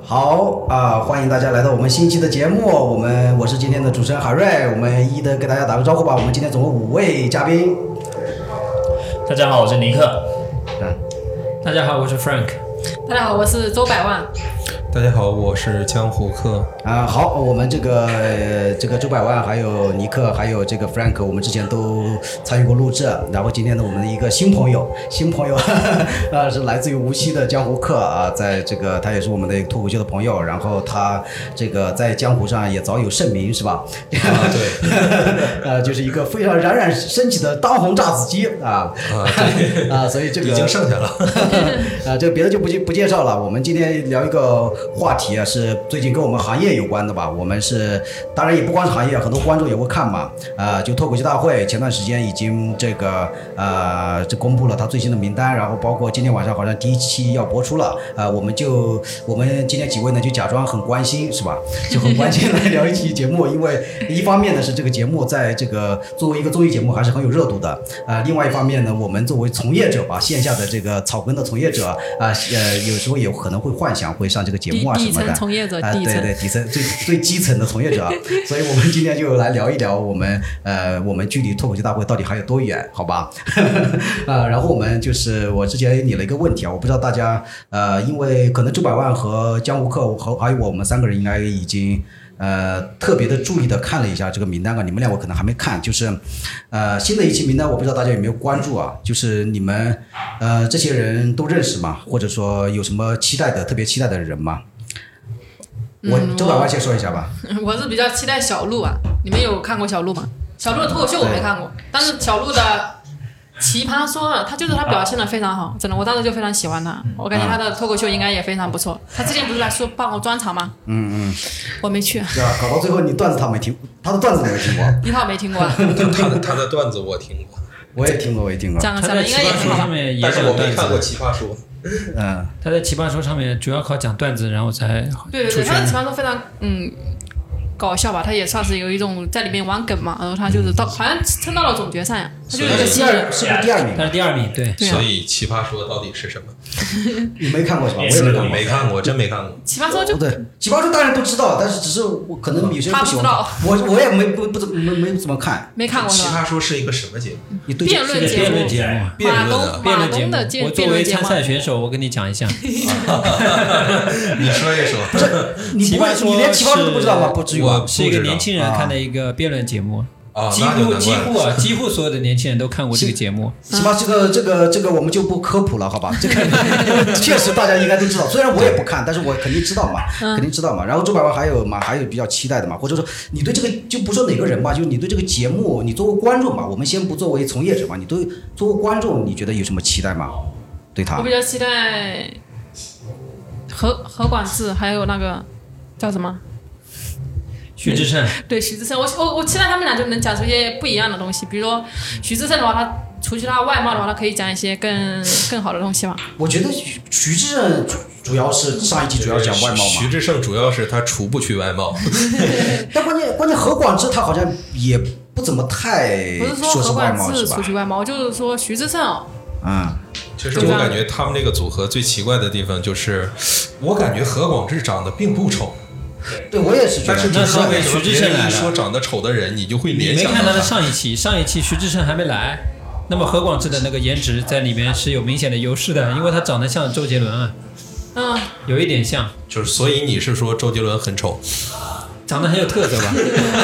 好啊，欢迎大家来到我们新一期的节目。我是今天的主持人海瑞，我们一一的给大家打个招呼吧。我们今天总共5位嘉宾。 大家好，我是尼克。 大家好，我是 Frank。 大家好，我是周百万。 大家好，我是江湖客。 好，我们这个周百万，还有尼克，还有这个 Frank， 我们之前都参与过录制。然后今天呢，我们的一个新朋友是来自于无锡的江湖客啊，在这个他也是我们的脱口秀的朋友，然后他这个在江湖上也早有盛名，是吧？ 对， 就是一个非常冉冉升起的当红炸子鸡啊， 对啊，所以这个已经剩下了这个别的就不介绍了。我们今天聊一个话题啊，是最近跟我们行业有关的吧。我们是当然也不光是行业，很多观众也会看嘛。就脱口秀大会前段时间已经这公布了他最新的名单，然后包括今天晚上好像第1期要播出了。我们今天几位呢就假装很关心，是吧？就很关心来聊一期节目，因为一方面呢是这个节目在这个作为一个综艺节目还是很有热度的。另外一方面呢，我们作为从业者吧，线下的这个草根的从业者有时候也可能会幻想会上这个节目啊什么的。 底层从业者， 对，底层最基层的从业者。所以我们今天就来聊一聊我们距离脱口秀大会到底还有多远，好吧？然后我之前拟了一个问题啊，我不知道大家因为可能周百万和江湖客还有我们3个人应该已经特别的注意的看了一下这个名单啊，你们2位可能还没看，就是新的一期名单，我不知道大家有没有关注啊？就是你们这些人都认识吗？或者说有什么特别期待的人吗？周百万先说一下吧。 我是比较期待小鹿啊，你们有看过小鹿吗？小鹿的脱口秀我没看过，但是小鹿的奇葩说了，他表现的非常好，真的，我当时就非常喜欢他，我感觉他的脱口秀应该也非常不错。他之前不是来办过专场吗？我没去。 对啊，搞到最后你段子他没听，他的段子你没听过？ 一套没听过。 他的段子我听过， 我也听过。 讲了应该也挺好。 但是我没看过奇葩说。 他在奇葩说上面主要靠讲段子，然后才对，他的奇葩说非常搞笑吧，他也算是有一种在里面玩梗嘛，然后他就是好像撑到了总决赛，他就是是不是第二名？ 他是第2名，对。 所以奇葩说到底是什么？ 你没看过是吧？ 我没看过，真没看过。 奇葩说对，奇葩说当然都知道，但是只是我可能有些人不喜欢看，我也没怎么看。 没看过是吧？ 奇葩说是一个什么节目？ 辩论节目。 马东的我作为参赛选手，我跟你讲一下。 你说一说。 不是你连奇葩说都不知道吗？不至于。 是一个年轻人看的一个辩论节目。几乎所有的年轻人都看过这个节目。 奇葩这个我们就不科普了，好吧？这个确实大家应该都知道，虽然我也不看，但是我肯定知道嘛，然后周百万还有比较期待的嘛，或者说你对这个就不说哪个人吧，就是你对这个节目，你作为观众吧，我们先不作为从业者嘛，你作为观众，你觉得有什么期待吗？对他， 我比较期待何广智，还有那个叫什么？ 徐志胜。 对，徐志胜，我期待他们俩就能讲出一些不一样的东西，比如说徐志胜的话，他除去他外貌的话，他可以讲一些更好的东西嘛。 我觉得徐志胜主要是上一集主要讲外貌嘛。 徐志胜主要是他除不去外貌。 但关键何广智他好像也不怎么太不是说何广智除去外貌，就是说徐志胜。 其实我感觉他们这个组合最奇怪的地方就是，我感觉何广智长得并不丑。 对，我也是觉得。 但是因为徐志胜来了， 说长得丑的人，你就会联想到你没看他的上一期徐志胜还没来，那么何广智的那个颜值在里面是有明显的优势的，因为他长得像周杰伦啊。有一点像。 就是所以你是说周杰伦很丑？ 长得很有特色吧？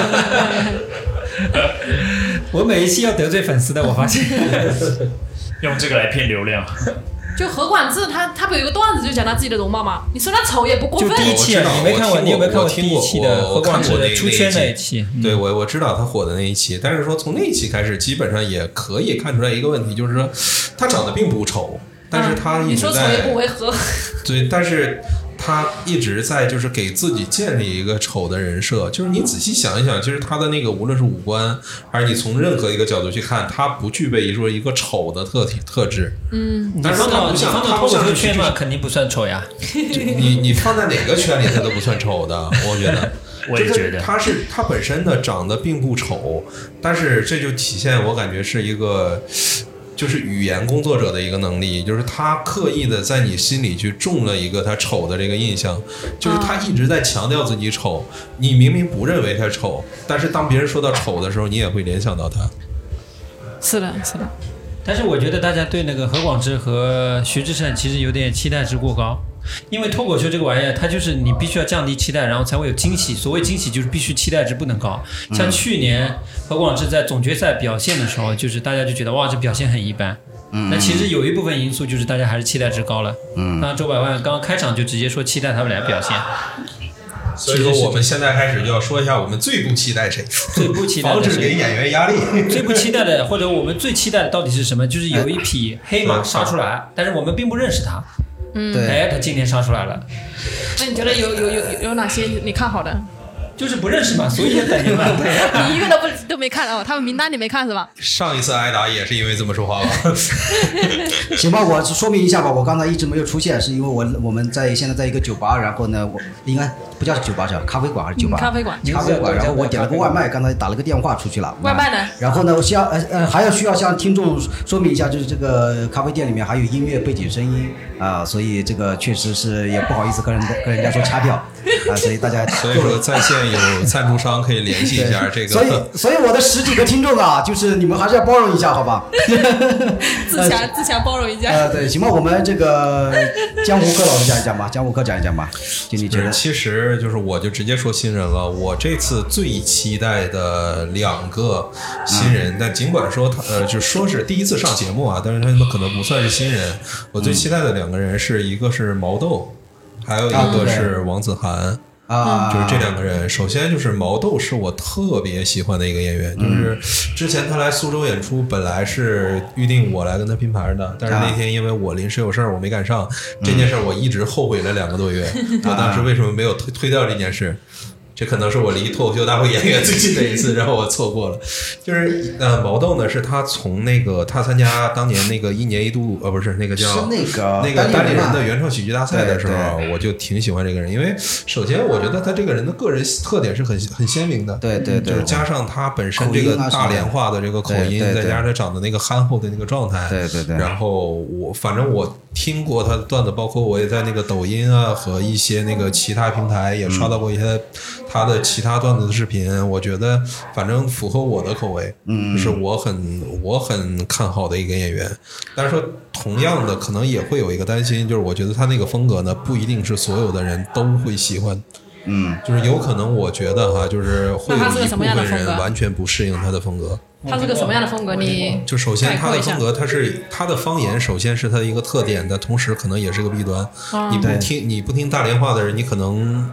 我每一期要得罪粉丝的，我发现。 用这个来骗流量。 就何广智他不有一个段子就讲他自己的容貌吗？你说他丑也不过分。 就第1期你没看过？你有没有看过第1期的何广智的出圈那一期？ 对，我知道他火的那一期，但是说从那一期开始，基本上也可以看出来一个问题，就是说他长得并不丑，但是他一直在你说丑也不违和。 对，但是他一直在就是给自己建立一个丑的人设，就是你仔细想一想，其实他的那个无论是五官，还是你从任何一个角度去看，他不具备一个丑的特质。但是他不像脱口秀圈嘛，肯定不算丑呀。 你放在哪个圈里他都不算丑的，我觉得。 我也觉得他本身的长得并不丑，但是这就体现我感觉是一个就是语言工作者的一个能力，就是他刻意的在你心里去种了一个他丑的这个印象，就是他一直在强调自己丑，你明明不认为他丑，但是当别人说到丑的时候，你也会联想到他。 是的，是的。 但是我觉得大家对那个何广智和徐志胜其实有点期待值过高，因为脱口秀这个玩意儿，它就是你必须要降低期待，然后才会有惊喜。所谓惊喜就是必须期待值不能高。像去年何广智在总决赛表现的时候，就是大家就觉得哇，这表现很一般。那其实有一部分因素就是大家还是期待值高了。刚刚周百万刚刚开场就直接说期待他们俩表现。 所以说我们现在开始就要说一下我们最不期待谁， 最不期待的防止给演员压力。 最不期待的，或者我们最期待的到底是什么？就是有一匹黑马杀出来，但是我们并不认识他。 对， 他今天杀出来了。 那你觉得有哪些你看好的？ 就是不认识嘛，所以也等于嘛。 你一个都没看哦，他们名单你没看是吧？ 上一次挨打也是因为这么说话吧？ 行吧，我说明一下吧，我刚才一直没有出现，是因为我们现在在一个酒吧，然后呢，我应该不叫酒吧，叫咖啡馆还是酒吧？ 咖啡馆。 然后我点了个外卖，刚才打了个电话出去了。 外卖呢？ 然后呢，我需要向听众说明一下，就是这个咖啡店里面还有音乐背景声音啊，所以这个确实是也不好意思跟人家说掐掉啊，所以大家所以说在线有赞助商可以联系一下这个。 所以我的10几个听众啊，就是你们还是要包容一下，好吧？ 自强包容一下。 对，行吧，我们这个江湖客老师讲一讲吧，江湖客讲一讲吧，就你觉得？ 其实就是我就直接说新人了，我这次最期待的2个新人，但尽管说就说是第一次上节目啊，但是他们可能不算是新人。我最期待的2个人是一个是毛豆，还有一个是王子涵。就是这2个人。首先就是毛豆是我特别喜欢的一个演员，就是之前他来苏州演出，本来是预定我来跟他拼盘的，但是那天因为我临时有事儿，我没赶上。这件事我一直后悔了2个多月，我当时为什么没有推掉这件事？这可能是我离脱口秀大会演员最近的一次，然后我错过了。就是毛豆呢，是他从他参加当年那个1年1度不是那个叫是那个单立人的原创喜剧大赛的时候，我就挺喜欢这个人，因为首先我觉得他这个人的个人特点是很鲜明的， 对， 就是加上他本身这个大连话的这个口音，再加上他长得那个憨厚的那个状态， 对。 然后反正我听过他的段子，包括我也在那个抖音啊和一些那个其他平台也刷到过一些他的其他段子的视频，我觉得反正符合我的口味，就是我很看好的一个演员。但是说同样的，可能也会有一个担心，就是我觉得他那个风格呢，不一定是所有的人都会喜欢。就是有可能我觉得就是会有一部分人完全不适应他的风格。 他是个什么样的风格？ 就首先他的风格，他的方言，首先是他的一个特点，但同时可能也是个弊端。你不听大连话的人，你可能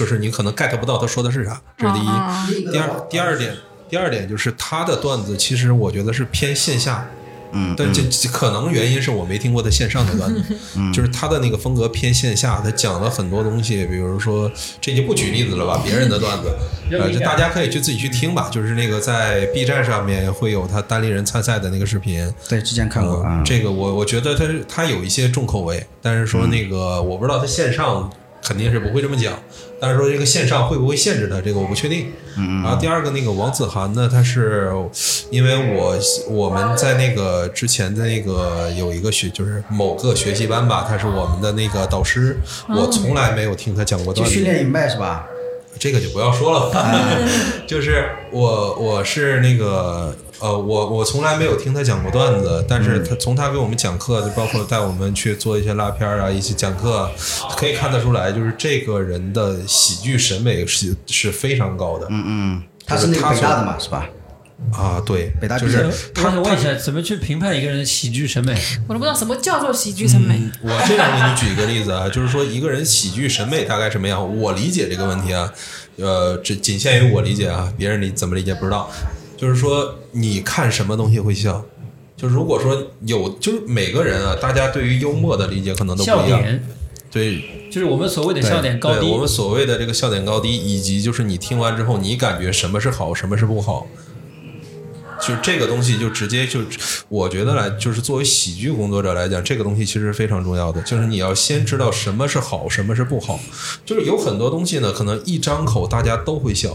get 不到他说的是啥，这是第一。第二点就是他的段子，其实我觉得是偏线下。但这可能原因是我没听过他线上的段子，就是他的那个风格偏线下，他讲了很多东西，比如说这就不举例子了吧，别人的段子，就大家可以自己去听吧，就是那个在 B 站上面会有他单立人参赛的那个视频， 对，之前看过这个我觉得他有一些重口味，但是说那个我不知道他线上肯定是不会这么讲，但是说这个线上会不会限制他，这个我不确定。然后第二个那个王子涵呢，他是因为我们在那个之前的那个有一个就是某个学习班吧，他是我们的那个导师，我从来没有听他讲过段子。 就训练营呗是吧？ 这个就不要说了吧。就是我是那个我从来没有听他讲过段子，但是从他给我们讲课，就包括带我们去做一些拉片啊，一起讲课，可以看得出来，就是这个人的喜剧审美是非常高的。 他是那个北大的嘛，是吧？ 啊，对， 北大就是我想问一下，怎么去评判一个人的喜剧审美？ 我都不知道什么叫做喜剧审美。 我这样给你举一个例子啊，就是说一个人喜剧审美大概什么样？我理解这个问题啊，这仅限于我理解啊，别人怎么理解不知道。就是说，你看什么东西会笑？就如果说就是每个人啊，大家对于幽默的理解可能都不一样。 笑点， 对， 就是我们所谓的笑点高低。 我们所谓的这个笑点高低，以及就是你听完之后，你感觉什么是好，什么是不好。就这个东西就直接我觉得就是作为喜剧工作者来讲，这个东西其实是非常重要的，就是你要先知道什么是好，什么是不好。就是有很多东西呢，可能一张口大家都会笑，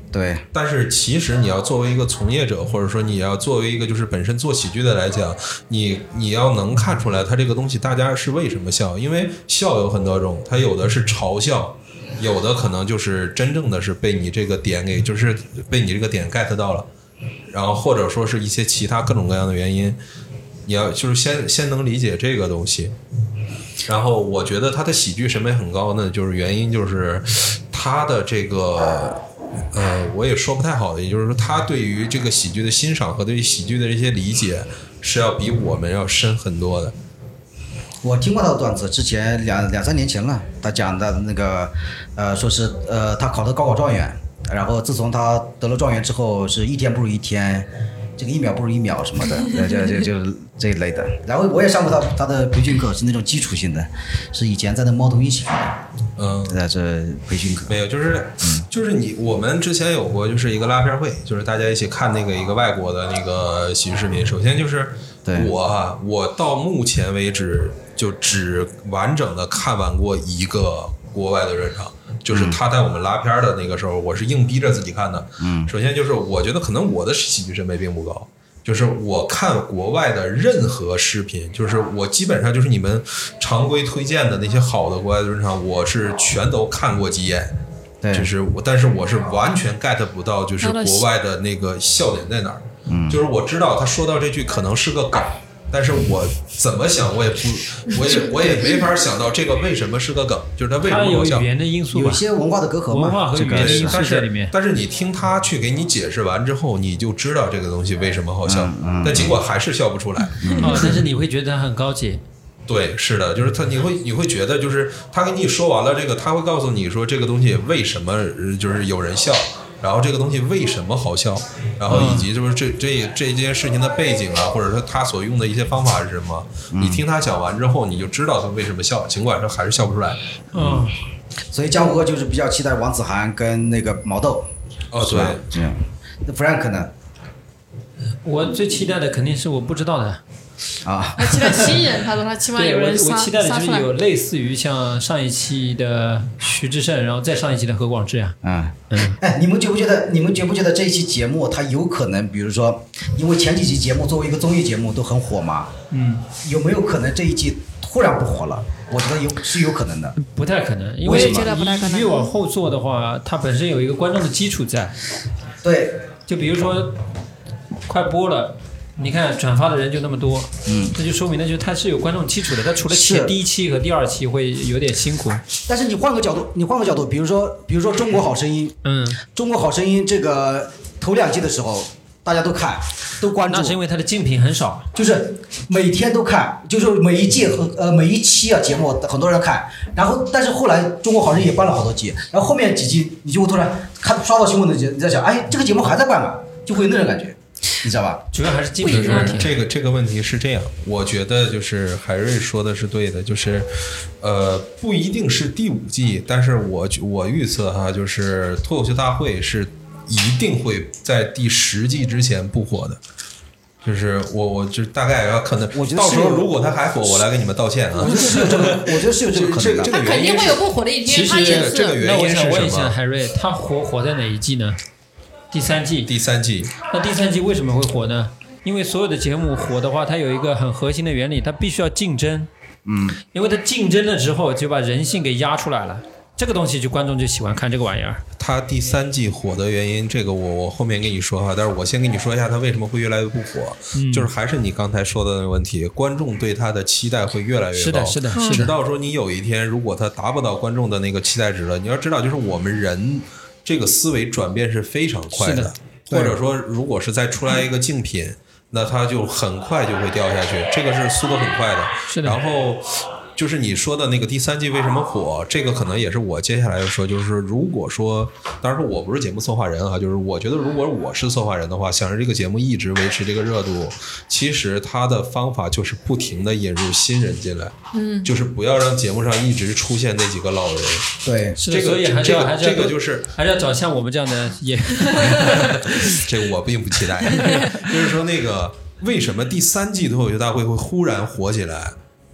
对， 但是其实你要作为一个从业者，或者说你要作为一个就是本身做喜剧的来讲，你要能看出来它这个东西大家是为什么笑，因为笑有很多种，它有的是嘲笑，有的可能就是真正的是被你这个点给就是被你这个点 get 到了，然后或者说是一些其他各种各样的原因，你要就是先能理解这个东西。然后我觉得他的喜剧审美很高呢，就是原因就是他的这个我也说不太好的，也就是说他对于这个喜剧的欣赏和对于喜剧的这些理解是要比我们要深很多的。 我听过他的段子，之前两三年前了，他讲的那个说是他考的高考状元，然后自从他得了状元之后，是一天不如一天，这个一秒不如一秒什么的，就这一类的。然后我也上过他的培训课，是那种基础性的，是以前在那猫头鹰喜剧的，这培训课没有，就是我们之前有过就是一个拉片会，就是大家一起看那个一个外国的那个喜剧视频。首先就是我到目前为止就只完整的看完过一个国外的专场。就是他在我们拉片的那个时候，我是硬逼着自己看的。首先就是我觉得可能我的喜剧审美并不高，就是我看国外的任何视频，就是我基本上就是你们常规推荐的那些好的国外的专场，我是全都看过几眼。就是但是我是完全 get 不到，就是国外的那个笑点在哪儿。就是我知道他说到这句可能是个梗。但是我怎么想我也没法想到这个为什么是个梗，就是它为什么好笑。 它有语言的因素吧， 有一些文化的隔阂嘛， 文化和语言的因素在里面。 但是你听他去给你解释完之后，你就知道这个东西为什么好笑，但尽管还是笑不出来。 但是你会觉得它很高级。 对，是的，就是你会觉得就是他给你说完了这个，他会告诉你说这个东西为什么就是有人笑。然后这个东西为什么好笑，然后以及就是这件事情的背景啊，或者说他所用的一些方法是什么，你听他讲完之后，你就知道他为什么笑，尽管说还是笑不出来。 所以江湖哥就是比较期待王子涵跟那个毛豆。 对， 这样。那Frank呢？ 我最期待的肯定是我不知道的。 他期待新人，他说他期望有人我期待的就是有类似于像上一期的徐志胜，然后再上一期的何广智呀。 你们觉不觉得这一期节目它有可能，比如说，因为前几期节目作为一个综艺节目都很火嘛，有没有可能这一季突然不火了？我觉得是有可能的。 不太可能，因为越往后做的话，它本身有一个观众的基础在。 对， 就比如说快播了。你看转发的人就那么多，这就说明就是它是有观众基础的。它除了第一期和第二期会有点辛苦， 但是你换个角度，比如说中国好声音，中国好声音这个头2季的时候，大家都看，都关注， 那是因为它的竞品很少， 就是每天都看，就是每一季和每一期节目很多人看，然后但是后来中国好声音也办了好多季，然后后面几季你就会突然刷到新闻的你在想，这个节目还在办吗？就会有那种感觉。你知道吧？ 主要还是竞品问题。 这个问题是这样，我觉得就是海瑞说的是对的，就是不一定是第5季，但是我预测哈，就是脱口秀大会是一定会在第10季之前不火的。就是我就大概要可能，到时候如果他还火，我来给你们道歉啊。 我觉得是有这个可能的。 他肯定会有不火的一天。 其实这个原因是什么？ 那我想问一下海瑞，他火在哪一季呢？第3季。那第3季为什么会火呢？因为所有的节目火的话，它有一个很核心的原理，它必须要竞争。因为它竞争了之后，就把人性给压出来了。这个东西就观众就喜欢看这个玩意儿。 他第3季火的原因，这个我后面跟你说哈，但是我先跟你说一下他为什么会越来越不火，就是还是你刚才说的那个问题，观众对他的期待会越来越高， 是的， 直到说你有一天如果他达不到观众的那个期待值了，你要知道，就是我们人这个思维转变是非常快的，或者说如果是再出来一个竞品，那它就很快就会掉下去，这个是速度很快的。 是的。 然后就是你说的那个第3季为什么火，这个可能也是我接下来要说，就是如果说，当然说我不是节目策划人啊，就是我觉得如果我是策划人的话，想让这个节目一直维持这个热度，其实他的方法就是不停的引入新人进来，就是不要让节目上一直出现那几个老人。 对， 这个所以这个就是还是要找像我们这样的也这个我并不期待。就是说那个为什么第3季脱口秀大会会忽然火起来？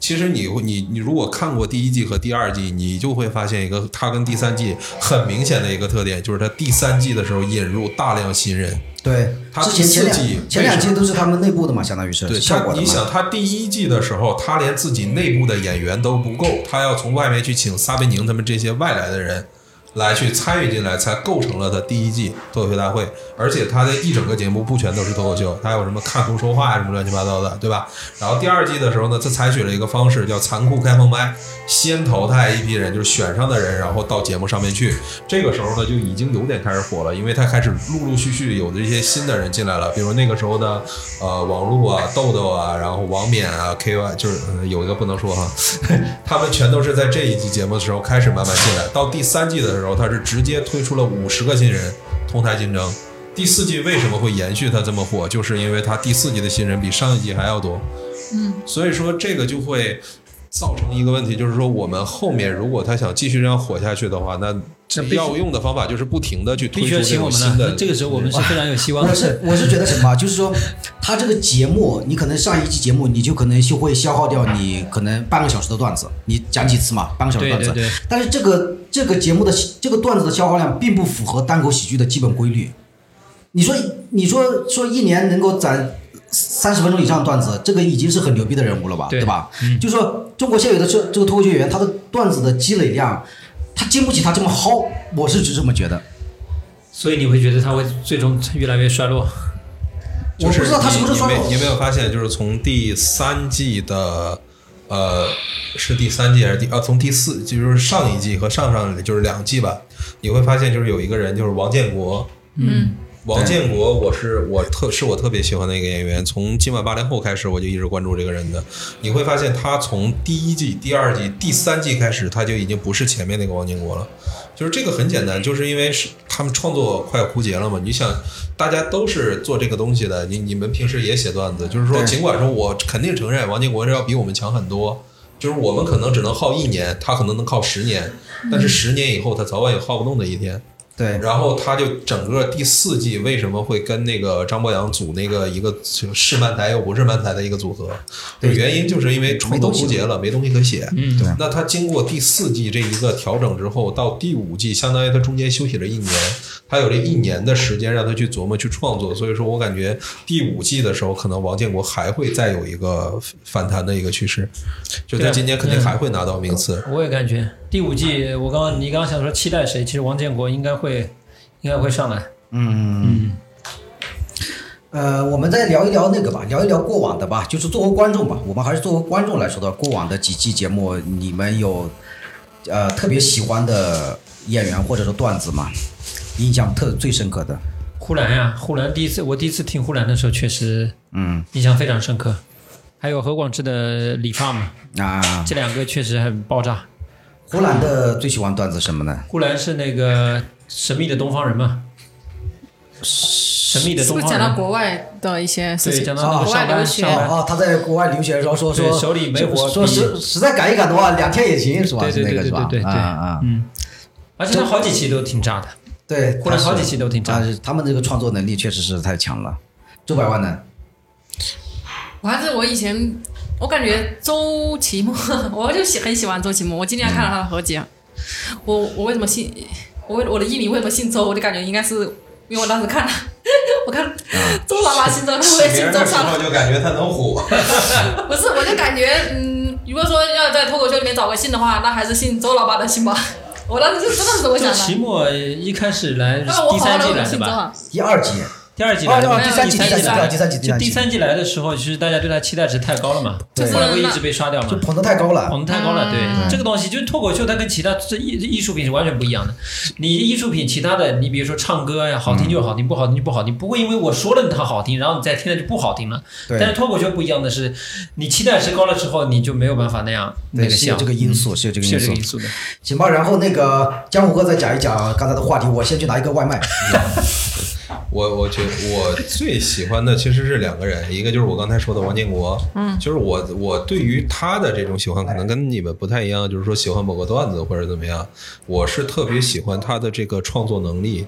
其实你如果看过第一季和第二季，你就会发现一个它跟第三季很明显的一个特点，就是它第三季的时候引入大量新人。 对， 它之前前两季都是他们内部的嘛，相当于是对效果的嘛。 你想，他第一季的时候，他连自己内部的演员都不够，他要从外面去请撒贝宁他们这些外来的人来去参与进来，才构成了他第一季脱口秀大会。而且他的一整个节目不全都是脱口秀，他有什么看图说话什么乱七八糟的，对吧？然后第二季的时候呢，他采取了一个方式叫残酷开放麦，先淘汰一批人，就是选上的人，然后到节目上面去。这个时候呢，就已经有点开始火了，因为他开始陆陆续续有的这些新的人进来了，比如那个时候的网路啊、豆豆啊，然后王冕啊、KY， 就是有一个不能说哈，他们全都是在这一季节目的时候开始慢慢进来。到第三季的时候，他是直接推出了50个新人同台竞争。第四季为什么会延续它这么火，就是因为它第四季的新人比上一季还要多。所以说这个就会造成一个问题，就是说我们后面如果他想继续这样火下去的话，那要用的方法就是不停的去推出这种新的。 这个时候我们是非常有希望的。 我是觉得什么，就是说他这个节目，你可能上一期节目你就可能就会消耗掉你可能半个小时的段子，你讲几次嘛，半个小时的段子。 对。 但是这个节目的这个段子的消耗量并不符合单口喜剧的基本规律。你说一年能够攒30分钟以上的段子，这个已经是很牛逼的人物了吧，对吧？就是说中国现有的这个脱口秀演员，他的段子的积累量，他经不起他这么薅，我是这么觉得。 所以你会觉得他会最终越来越衰落？ 我不知道他是不是衰落。 你没有发现，就是从第三季的是第三季还是从第四，就是上一季和上就是2季吧，你会发现就是有一个人就是王建国，王建国，我特别喜欢的一个演员，从今晚80后开始我就一直关注这个人的。你会发现他从第一季、第二季、第三季开始，他就已经不是前面那个王建国了。就是这个很简单，就是因为他们创作快枯竭了嘛。你想，大家都是做这个东西的，你们平时也写段子，就是说，尽管说我肯定承认王建国是要比我们强很多，就是我们可能只能耗1年，他可能能靠10年，但是10年以后他早晚有耗不动的一天。 对， 然后他就整个第四季为什么会跟那个张博洋组那个一个是漫才又不是漫才的一个组合，原因就是因为创作枯竭了，没东西可写。 对。 那他经过第四季这一个调整之后，到第5季，相当于他中间休息了1年，他有这1年的时间让他去琢磨去创作。所以说我感觉第5季的时候，可能王建国还会再有一个反弹的一个趋势，就他今年肯定还会拿到名次。 我也感觉第5季，你刚刚想说期待谁？其实王建国应该会上来。 我们再聊一聊那个吧，聊一聊过往的吧，就是作为观众吧，我们还是作为观众来说的，过往的几季节目，你们有特别喜欢的演员或者说段子吗？印象最深刻的？ 呼兰呀，呼兰我第一次听呼兰的时候，确实印象非常深刻。还有何广智的理发嘛，这2个确实很爆炸。 呼兰的最喜欢段子什么呢？ 呼兰是那个神秘的东方人嘛，神秘的东方人， 是不是讲到国外的一些事情？ 对，讲到那个上班他在国外留学的时候说手里没活， 说实在赶一赶的话2天也行，是吧？ 对，而且他好几期都挺炸的， 对， 呼兰好几期都挺炸的， 他们这个创作能力确实是太强了。周百万呢？ 我以前我感觉周奇墨，我就很喜欢周奇墨。我今天还看了他的合集啊。我为什么姓我的艺名为什么姓周？我就感觉应该是因为我当时看了，我看周老板姓周，他会姓周上。 我就感觉他能火。 不是，我就感觉如果说要在脱口秀里面找个姓的话，那还是姓周老板的姓吧。我当时就真的是我想的。 周奇墨一开始来第三季来的吧？第二季来的，第三季来的时候，其实大家对他期待值太高了嘛，后来会一直被刷掉嘛， 就捧得太高了， 对，这个东西就是脱口秀，它跟其他艺术品是完全不一样的。你艺术品其他的，你比如说唱歌呀，好听就好听，不好听就不好听，不会因为我说了它好听，然后你再听它就不好听了。但是脱口秀不一样的是，你期待值高了之后，你就没有办法那样那个像。 是有这个因素，是有这个因素的。 行吧，然后那个江湖哥再讲一讲刚才的话题，我先去拿一个外卖。 我觉得我最喜欢的其实是2个人，一个就是我刚才说的王建国，就是我对于他的这种喜欢可能跟你们不太一样，就是说喜欢某个段子或者怎么样，我是特别喜欢他的这个创作能力，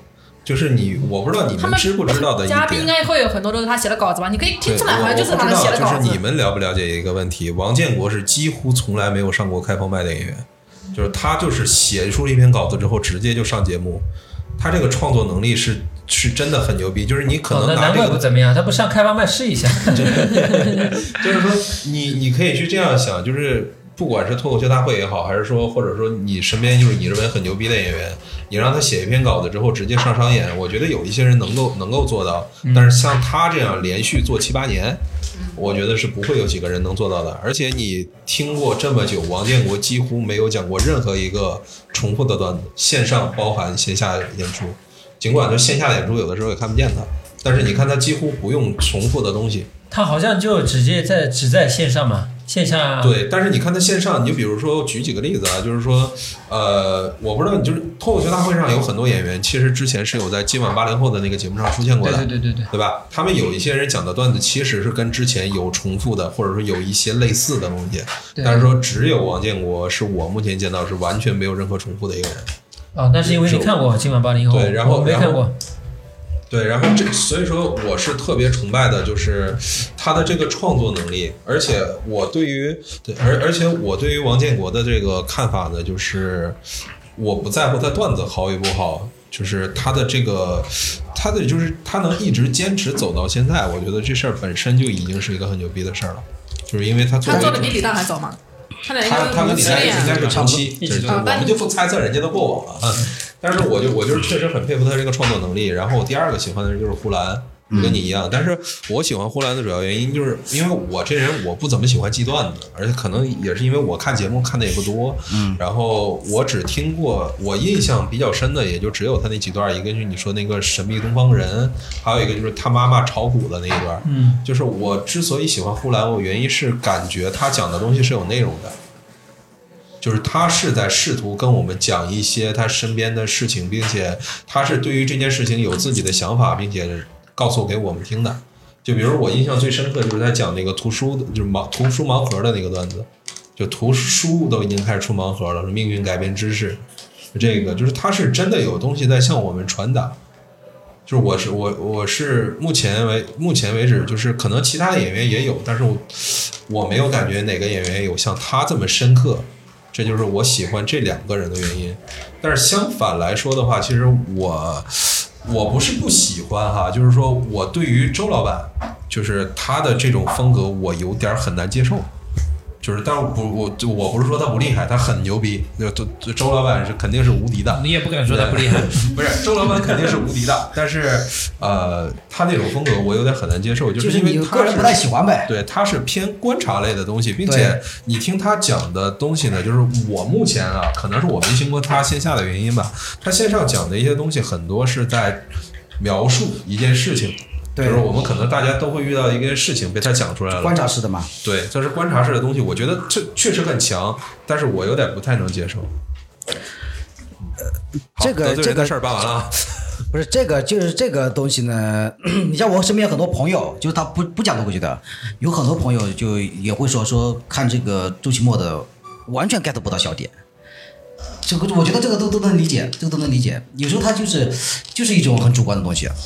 就是我不知道你们知不知道的一点， 嘉宾应该会有很多都是他写的稿子吧？你可以听出来，好像就是他写的稿子。 就是你们了不了解一个问题？王建国是几乎从来没有上过开放麦的演员，就是他就是写出了一篇稿子之后直接就上节目，他这个创作能力是真的很牛逼。就是你可能拿难怪不怎么样，他不上开放麦试一下？ 就是说你可以去这样想，就是不管是脱口秀大会也好，还是说或者说你身边就是你认为很牛逼的演员，你让他写一篇稿子之后直接上商演，我觉得有一些人能够做到，但是像他这样连续做7-8年，我觉得是不会有几个人能做到的。而且你听过这么久，王建国几乎没有讲过任何一个重复的段子，线上包含线下演出，尽管他线下演出有的时候也看不见他，但是你看他几乎不用重复的东西， 他好像就只在线上嘛，线下对。但是你看他线上，你就比如说举几个例子啊，就是说我不知道，就是脱口秀大会上有很多演员，其实之前是有在今晚80后的那个节目上出现过的，对吧？他们有一些人讲的段子其实是跟之前有重复的，或者说有一些类似的东西，但是说只有王建国是我目前见到是完全没有任何重复的一个人。 那是因为你看过今晚80后， 对，然后我没看过。 对，然后所以说我是特别崇拜的，就是他的这个创作能力，而且我对于王建国的这个看法呢，就是我不在乎他段子好与不好，就是他就是他能一直坚持走到现在，我觉得这事儿本身就已经是一个很牛逼的事儿了，就是因为他做的比李诞还早嘛。他跟李诞应该是同期，我们就不猜测人家的过往了。但是我就是确实很佩服他这个创作能力。然后第二个喜欢的人就是呼兰，跟你一样。但是我喜欢呼兰的主要原因就是因为我这人我不怎么喜欢记段子，而且可能也是因为我看节目看的也不多。然后我只听过，我印象比较深的也就只有他那几段，一个就是你说那个神秘东方人，还有一个就是他妈妈炒股的那一段。就是我之所以喜欢呼兰，我原因是感觉他讲的东西是有内容的。就是他是在试图跟我们讲一些他身边的事情，并且他是对于这件事情有自己的想法，并且告诉给我们听的。就比如我印象最深刻就是他讲那个图书的，就是图书盲盒的那个段子，就图书都已经开始出盲盒了，命运改变知识，这个就是他是真的有东西在向我们传达。就是我是目前为止，就是可能其他的演员也有，但是我没有感觉哪个演员有像他这么深刻。这就是我喜欢这两个人的原因。但是相反来说的话，其实我不是不喜欢哈，就是说我对于周老板，就是他的这种风格，我有点很难接受。就是，但我不是说他不厉害，他很牛逼。周老板肯定是无敌的。 你也不敢说他不厉害， 不是周老板肯定是无敌的，但是他那种风格我有点很难接受，就是因为你个人不太喜欢呗。 对，他是偏观察类的东西，并且你听他讲的东西呢，就是我目前啊，可能是我没听过他线下的原因吧，他线上讲的一些东西很多是在描述一件事情。就是我们可能大家都会遇到一个事情被他讲出来了， 观察式的嘛。 对，这是观察式的东西，我觉得这确实很强，但是我有点不太能接受。 这个事儿办完了。 不是就是这个东西呢，你像我身边很多朋友，就是他不讲脱口秀的，有很多朋友就也会说看这个周奇墨的，完全 get 不到笑点。这个我觉得这个都能理解，这个都能理解。有时候他就是一种很主观的东西。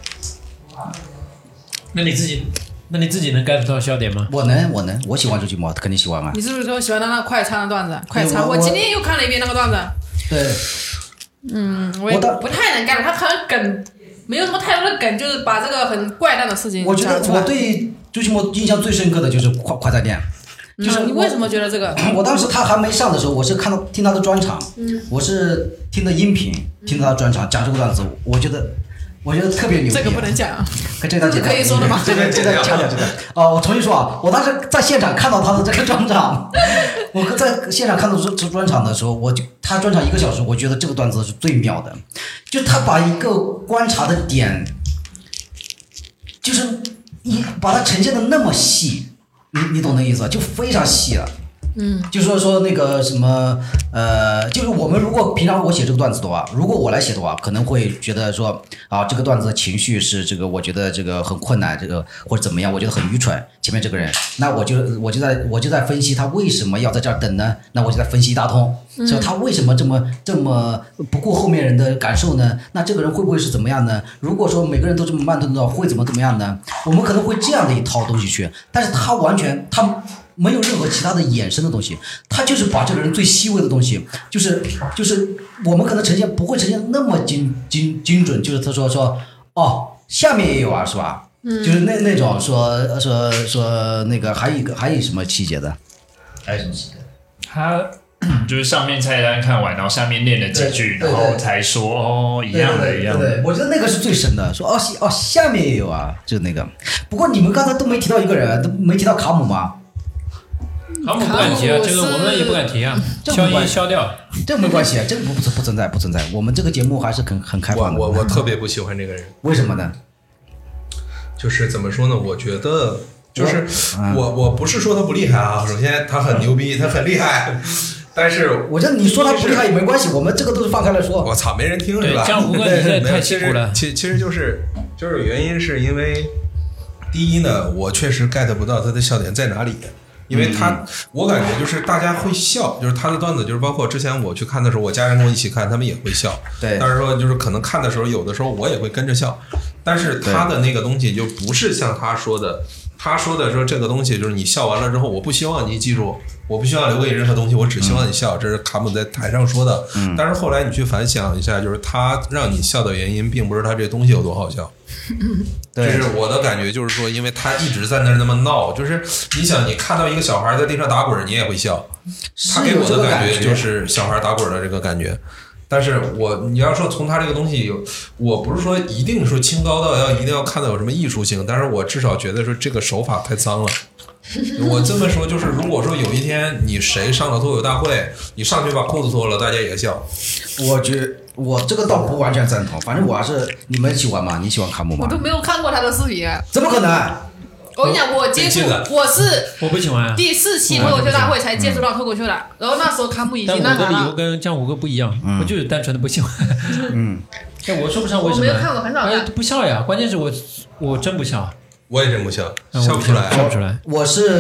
那你自己能 get 到笑点吗？ 我能，我喜欢周奇墨，肯定喜欢啊。 你是不是说喜欢他那快餐的段子？快餐，我今天又看了一遍那个段子。 对。 我也不太能 get，他可能梗没有什么太多的梗，就是把这个很怪诞的事情我觉得我对周奇墨印象最深刻的就是快餐店。就是你为什么觉得这个？ 我当时他还没上的时候，我是听他的专场，我是听的音频，听他的专场讲这个段子，我觉得特别牛逼。 这个不能讲， 这个可以说的吗？ 这个讲这个。我重新说啊，我当时在现场看到他的这个专场，我在现场看到这专场的时候，他专场1个小时，我觉得这个段子是最妙的，就他把一个观察的点，就是你把它呈现的那么细，你懂那意思吧？就非常细了。 就是说那个什么就是我们如果平常我写这个段子的话，如果我来写的话，可能会觉得说啊，这个段子的情绪是这个，我觉得这个很困难，这个或者怎么样，我觉得很愚蠢。前面这个人，那我就在分析他为什么要在这儿等呢？那我就在分析一大通，说他为什么这么不顾后面人的感受呢？那这个人会不会是怎么样呢？如果说每个人都这么慢吞的话，会怎么样呢？我们可能会这样的一套东西去，但是他完全他没有任何其他的衍生的东西，他就是把这个人最细微的东西，就是我们可能不会呈现那么精准，就是他说哦，下面也有啊，是吧？就是那种说那个还有什么细节的？ 还有什么细节？他就是上面菜单看完，然后下面念了几句，然后才说哦，一样的。 对，我觉得那个是最神的，说哦下面也有啊，就那个。不过你们刚才都没提到一个人，都没提到卡姆吗？ 卡姆不敢提啊，这个我们也不敢提啊，消音消掉， 这没关系，这个不存在。我们这个节目还是很开放的。 我特别不喜欢这个人， 为什么呢？ 就是怎么说呢？我觉得就是我不是说他不厉害啊，首先他很牛逼，他很厉害。但是我觉得你说他不厉害也没关系，我们这个都是放开来说。 我操，没人听是吧？ 江湖哥，你这太辛苦了。 其实就是原因是因为第一呢，我确实 get 不到他的笑点在哪里。因为我感觉就是大家会笑，就是他的段子，就是包括之前我去看的时候，我家人跟我一起看，他们也会笑。 对。 但是说就是可能看的时候，有的时候我也会跟着笑，但是他的那个东西就不是像他说的说这个东西就是你笑完了之后，我不希望你记住，我不希望留给你任何东西，我只希望你笑。这是卡姆在台上说的。但是后来你去反想一下，就是他让你笑的原因，并不是他这东西有多好笑。就是我的感觉就是说，因为他一直在那么闹，就是你想，你看到一个小孩在地上打滚，你也会笑。他给我的感觉就是小孩打滚的这个感觉。但是你要说从他这个东西我不是说一定说清高到一定要看到有什么艺术性，但是我至少觉得说这个手法太脏了。我这么说就是，如果说有一天你谁上了脱口大会，你上去把裤子脱了，大家也笑。 我这个倒不完全赞同，反正我还是你们喜欢吗？你喜欢卡姆吗？ 我都没有看过他的视频。 怎么可能？ 我跟你讲，我接触我不喜欢第4期脱口秀大会才接触到脱口秀的，然后那时候卡姆已经那啥了。 但我的理由跟江湖哥不一样，我就是单纯的不喜欢。但我说不上为什么。 我没有看过，很少看。 不笑呀，关键是我真不笑。 我也真不笑，笑不出来， 笑不出来。 我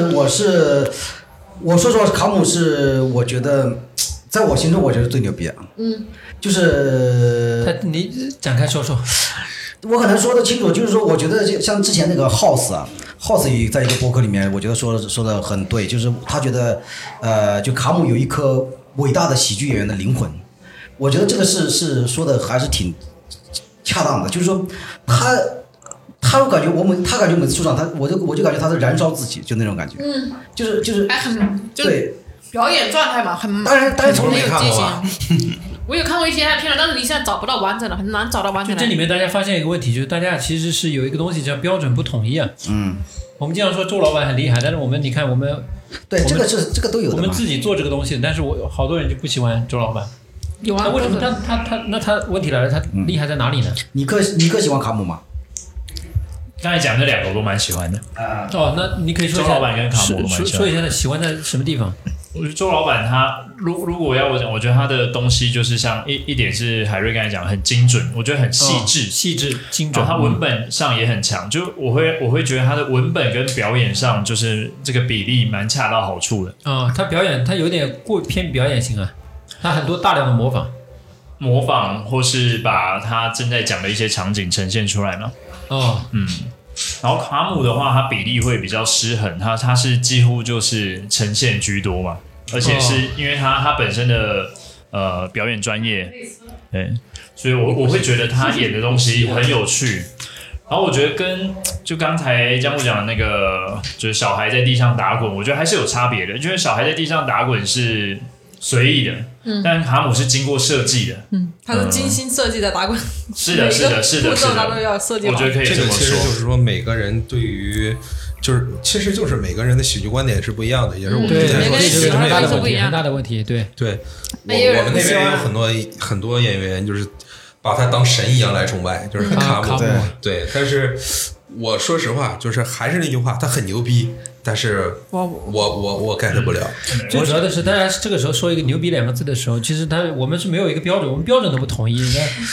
说实话，卡姆是我觉得，在我心中我觉得最牛逼啊。就是你展开说说。 我很难说得清楚，就是说，我觉得像之前那个 House 也在一个播客里面，我觉得说的很对，就是他觉得，就卡姆有一颗伟大的喜剧演员的灵魂，我觉得这个是说的还是挺恰当的，就是说他感觉他感觉每次出场，我就感觉他在燃烧自己，就那种感觉，就是对表演状态嘛，很当然从没有激情。我有看过一些片段，但是你现在找不到完整的，很难找到完整的。 就这里面大家发现一个问题，就是大家其实是有一个东西叫标准不统一啊。我们经常说周老板很厉害，但是你看我们对这个都有的嘛。 我们自己做这个东西，但是好多人就不喜欢周老板。 有啊。 那为什么他问题来了，他厉害在哪里呢？ 尼克喜欢卡姆吗？ 刚才讲的2个我都蛮喜欢的。 那你可以说一下周老板跟卡姆都蛮喜欢。 说一下喜欢在什么地方？ 我觉得周老板他如果要我讲，我觉得他的东西就是像一点是海瑞刚才讲很精准，我觉得很细致精准，他文本上也很强，就我会觉得他的文本跟表演上就是这个比例蛮恰到好处的。 他表演他有点过偏表演型啊，他很多大量的模仿或是把他正在讲的一些场景呈现出来嘛。然后卡姆的话，他比例会比较失衡，他是几乎就是呈现居多嘛，而且是因为他本身的表演专业，对，所以我会觉得他演的东西很有趣。然后我觉得就刚才江湖讲的那个，就是小孩在地上打滚，我觉得还是有差别的，因为小孩在地上打滚是随意的，但卡姆是经过设计的， 他是精心设计的打滚， 是的，步骤他都要设计好。 我觉得可以这么说。 其实就是说每个人对于，其实就是每个人的喜剧观点是不一样的，也是我们之前说喜剧很大的问题，对。 我们那边有很多演员就是把他当神一样来崇拜，就是卡姆，对。但是我说实话，就是还是那句话，他很牛逼。 但是我 get 不了。 最主要的是，大家这个时候说一个牛逼2个字的时候，其实我们是没有一个标准，我们标准都不统一。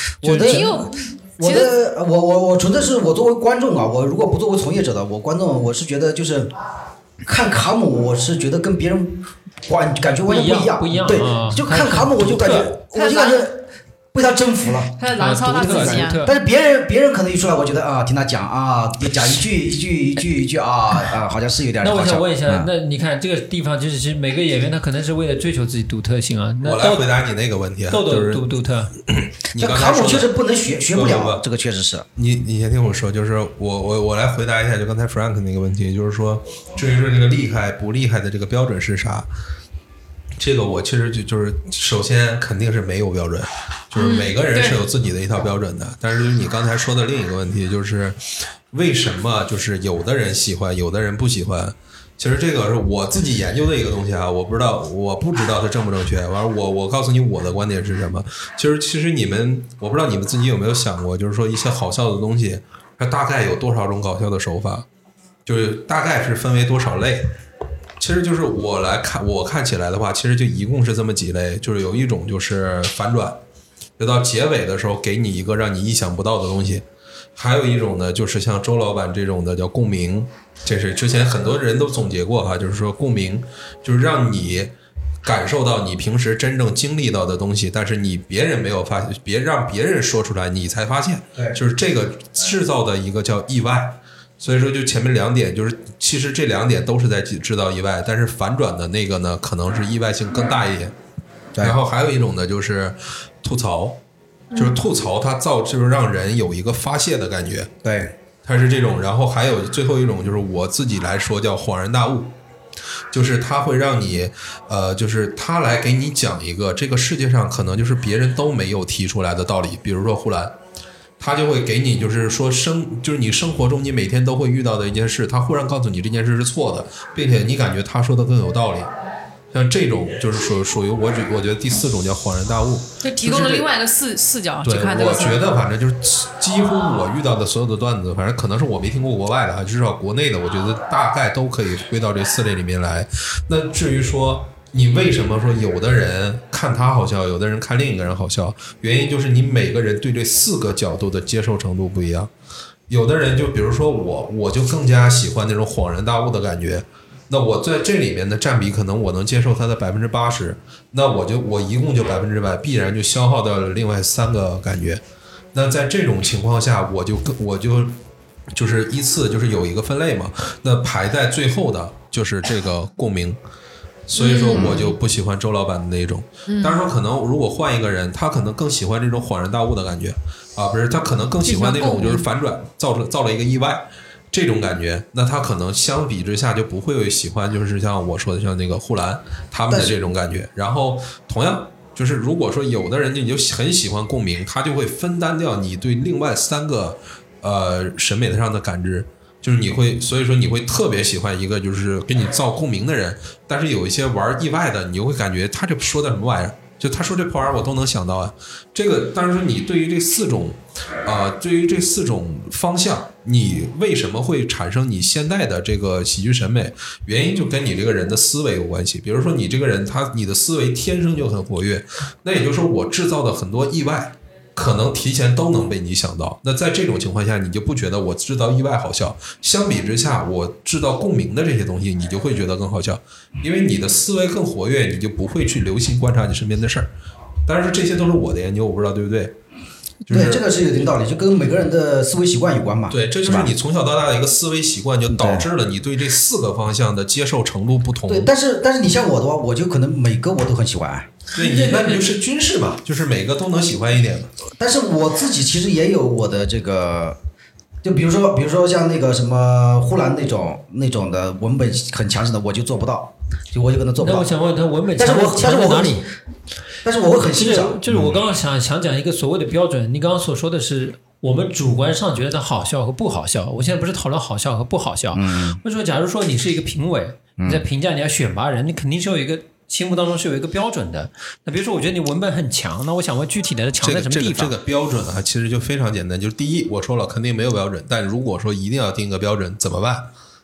我纯粹是我作为观众啊，我如果不作为从业者的，我观众我是觉得就是看卡姆，我是觉得跟别人感觉完全不一样，对，就看卡姆我就感觉被他征服了， 他在燃烧他自己啊！ 但是别人可能一出来，我觉得啊，听他讲啊，讲一句啊，好像是有点。 那我想问一下，那你看这个地方，就是其实每个演员他可能是为了追求自己独特性啊。 我来回答你那个问题啊， 豆独特。 这卡姆确实不能学不了，这个确实是。 你先听我说，就是我来回答一下，就刚才 Frank 那个问题，就是说至于说这个厉害不厉害的这个标准是啥？这个我其实就是首先肯定是没有标准，就是每个人是有自己的一套标准的。但是你刚才说的另一个问题就是为什么就是有的人喜欢，有的人不喜欢？其实这个是我自己研究的一个东西啊，我不知道它正不正确。完我告诉你我的观点是什么。其实你们我不知道你们自己有没有想过，就是说一些好笑的东西，它大概有多少种搞笑的手法，就是大概是分为多少类。其实就是我看起来的话，其实就一共是这么几类，就是有一种就是反转，就到结尾的时候给你一个让你意想不到的东西，还有一种呢就是像周老板这种的叫共鸣，这是之前很多人都总结过哈，就是说共鸣就是让你感受到你平时真正经历到的东西，但是别人没有发现，让别人说出来你才发现，就是这个制造的一个叫意外。所以说就前面2点，就是其实这2点都是在制造意外，但是反转的那个呢可能是意外性更大一点。然后还有一种呢就是吐槽，就是吐槽它就是让人有一个发泄的感觉， 对， 它是这种。然后还有最后一种就是我自己来说叫恍然大悟，就是它会让你就是它来给你讲一个这个世界上可能就是别人都没有提出来的道理。比如说呼兰，他就会给你就是说就是你生活中你每天都会遇到的一件事，他忽然告诉你这件事是错的，并且你感觉他说的更有道理。像这种就是属于我觉得第4种叫恍然大悟， 就提供了另外一个视角去看这个。 我觉得反正就是几乎我遇到的所有的段子，反正可能是我没听过国外的，至少国内的，我觉得大概都可以归到这4类里面来。那至于说你为什么说有的人看他好笑，有的人看另一个人好笑，原因就是你每个人对这4个角度的接受程度不一样。有的人就比如说我就更加喜欢那种恍然大悟的感觉，那我在这里面的占比可能我能接受它的80%，那我一共就100%，必然就消耗掉了另外3个感觉。那在这种情况下，我就是依次就是有一个分类嘛，那排在最后的就是这个共鸣。所以说我就不喜欢周老板的那种。当然说可能如果换一个人，他可能更喜欢这种恍然大悟的感觉啊，不是，他可能更喜欢那种就是反转造了一个意外这种感觉，那他可能相比之下就不会喜欢就是像我说的像那个呼兰他们的这种感觉。然后同样就是如果说有的人你就很喜欢共鸣，他就会分担掉你对另外3个审美上的感知，就是所以说你会特别喜欢一个就是给你造共鸣的人，但是有一些玩意外的，你就会感觉他这说的什么玩意儿，就他说这破玩意儿我都能想到啊。这个当然说你对于这4种方向，你为什么会产生你现在的这个喜剧审美，原因就跟你这个人的思维有关系。比如说你这个人你的思维天生就很活跃，那也就是说我制造的很多意外可能提前都能被你想到，那在这种情况下你就不觉得我制造意外好笑，相比之下我制造共鸣的这些东西你就会觉得更好笑，因为你的思维更活跃，你就不会去留心观察你身边的事儿。当然这些都是我的研究，我不知道对不对， 对，这个是有一定道理，就跟每个人的思维习惯有关嘛。 对，这就是你从小到大的一个思维习惯，就导致了你对这4个方向的接受程度不同。 对，但是你像我的话，我就可能每个我都很喜欢。 对，那你就是军事嘛，就是每个都能喜欢一点。 但是我自己其实也有我的这个，就比如说像那个什么呼兰那种的文本很强势的，我就做不到，我就可能做不到。 那我想问他文本强在哪里？ 但是我会很欣赏， 就是我刚刚想讲一个所谓的标准，你刚刚所说的是我们主观上觉得它好笑和不好笑。我现在不是讨论好笑和不好笑，我说假如说你是一个评委，你在评价你要选拔人，你肯定是有一个心目当中是有一个标准的。那比如说我觉得你文本很强，那我想问具体的强在什么地方？ 这个标准啊，其实就非常简单，就是第一我说了肯定没有标准，但如果说一定要定个标准怎么办？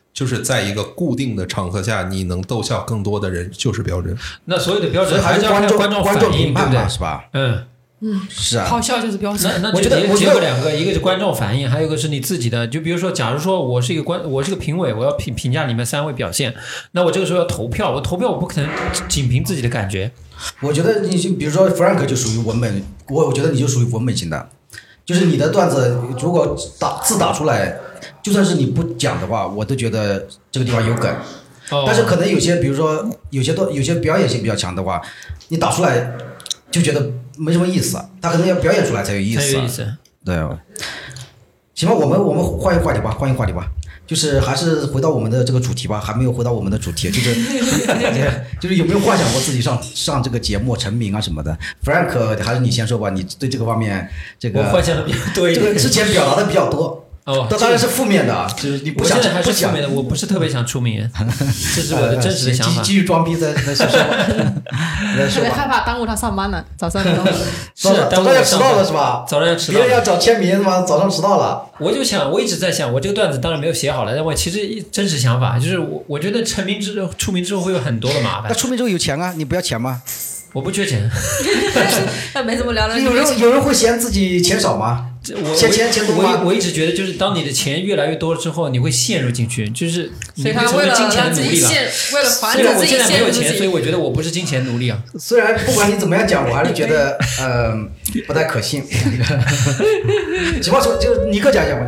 就是在一个固定的场合下，你能逗笑更多的人就是标准。 那所有的标准还是观众评判嘛， 是吧？是啊， 好笑就是标准。 那就结合两个，一个是观众反应，还有一个是你自己的。就比如说，假如说我是一个评委，我要评价你们3位表现，那我这个时候要投票，我不可能仅凭自己的感觉。 我觉得你比如说 Frank 就属于文本，我觉得你就属于文本型的，就是你的段子如果打出来，就算是你不讲的话，我都觉得这个地方有梗。但是可能有些，比如说有些表演性比较强的话，你打出来就觉得没什么意思，他可能要表演出来才有意思。对，行吧，我们换一个话题吧，就是还是回到我们的这个主题吧，还没有回到我们的主题，就是有没有幻想过自己上这个节目成名啊什么的 ？Frank 还是你先说吧，你对这个方面我幻想的比较多一点， 这个之前表达的比较多。当然是负面的，就是你不想。 我现在还是负面的，我不是特别想出名，这是我的真实的想法。 继续装逼在说吧。 特别害怕耽误他上班了，早上早上要迟到了是吧？ 早上要迟到， 别人要找签名吗？早上迟到了。 我一直在想，我这个段子当然没有写好了，但我其实真实想法就是，我觉得出名之后会有很多的麻烦。 那出名之后有钱啊？你不要钱吗？ 我不缺钱， 那没怎么聊了。 有人会嫌自己钱少吗？钱多吗？ 我一直觉得，就是当你的钱越来越多之后，你会陷入进去，就是你会成为金钱的奴隶了。 为了还虽然我现在没有钱，所以我觉得我不是金钱奴隶啊。 虽然不管你怎么样讲，我还是觉得不太可信。行吧，就尼克讲一讲吧，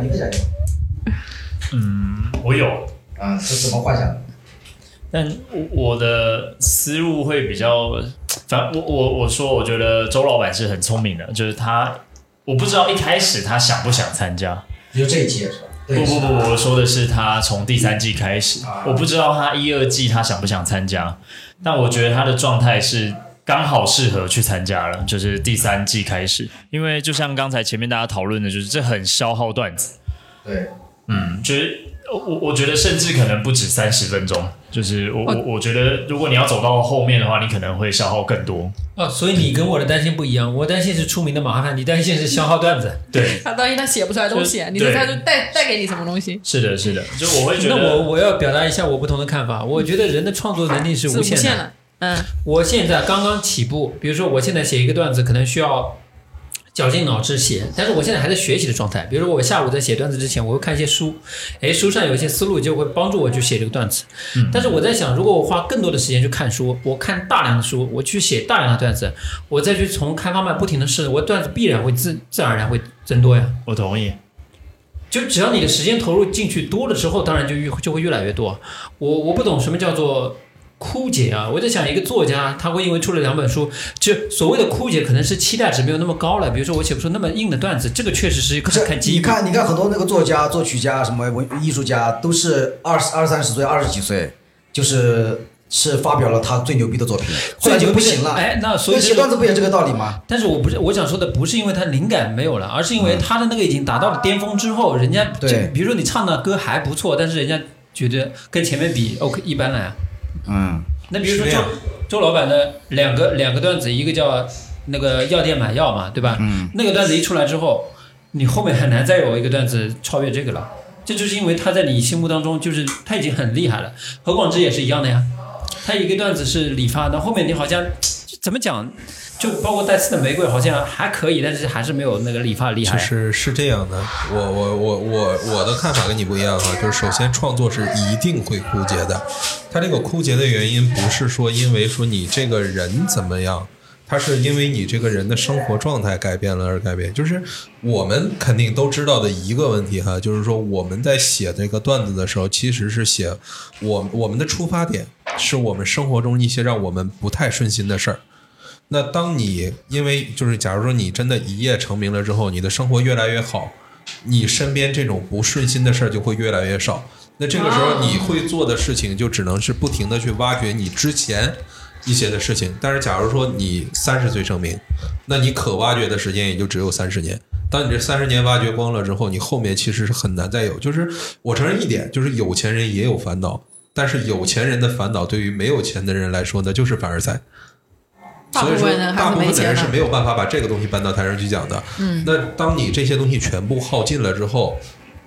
我有是怎么幻想的？ 但我的思路会比较，反正我说，我觉得周老板是很聪明的，就是我不知道一开始他想不想参加， 就这一季是吧？ 不，我说的是他从第3季开始，我不知道他1、2季他想不想参加，但我觉得他的状态是刚好适合去参加了，就是第3季开始，因为就像刚才前面大家讨论的，就是这很消耗段子， 对， 就是我觉得甚至可能不止30分钟，就是我觉得如果你要走到后面的话，你可能会消耗更多。 所以你跟我的担心不一样，我担心是出名的麻烦，你担心是消耗段子。 对， 他担心他写不出来东西，你说他就带给你什么东西？ 是的，就我会觉得。 那我要表达一下我不同的看法，我觉得人的创作能力是无限的。我现在刚刚起步，比如说我现在写一个段子，可能需要绞尽脑汁写，但是我现在还在学习的状态。比如说我下午在写段子之前，我会看一些书，书上有一些思路就会帮助我去写这个段子。但是我在想，如果我花更多的时间去看书，我看大量的书，我去写大量的段子，我再去从开放麦不停的试，我段子必然会自然而然会增多呀。 我同意。 就只要你的时间投入进去多了之后，当然就会越来越多。我不懂什么叫做枯竭啊！我在想，一个作家他会因为出了2本书，就所谓的枯竭，可能是期待值没有那么高了。比如说我写不出那么硬的段子，这个确实是看机遇。 你看很多那个作家、作曲家、什么艺术家，都是二三十岁、20几岁，是发表了他最牛逼的作品，后来就不行了。 那所以写段子不也这个道理吗？ 但是我想说的不是因为他灵感没有了，而是因为他的那个已经达到了巅峰之后，人家对， 比如说你唱的歌还不错，但是人家觉得跟前面比 OK 一般了呀。那比如说周老板的两个段子，一个叫那个药店买药嘛，对吧？那个段子一出来之后，你后面很难再有一个段子超越这个了。这就是因为他在你心目当中就是他已经很厉害了。何广智也是一样的呀，他一个段子是理发，那后面你好像怎么讲，就包括戴斯的玫瑰好像还可以，但是还是没有那个理发厉害。 是这样的，我的看法跟你不一样哈，就是首先创作是一定会枯竭的，它这个枯竭的原因不是说因为说你这个人怎么样，它是因为你这个人的生活状态改变了而改变。就是我们肯定都知道的一个问题哈，就是说我们在写这个段子的时候，其实是写我们的出发点是我们生活中一些让我们不太顺心的事儿。那当你因为就是假如说你真的一夜成名了之后，你的生活越来越好，你身边这种不顺心的事儿就会越来越少。那这个时候你会做的事情就只能是不停的去挖掘你之前一些的事情。但是假如说你30岁成名，那你可挖掘的时间也就只有30年。当你这30年挖掘光了之后，你后面其实是很难再有。就是我承认一点，就是有钱人也有烦恼，但是有钱人的烦恼对于没有钱的人来说呢，就是凡尔赛。所以说大部分的人是没有办法把这个东西搬到台上去讲的。那当你这些东西全部耗尽了之后，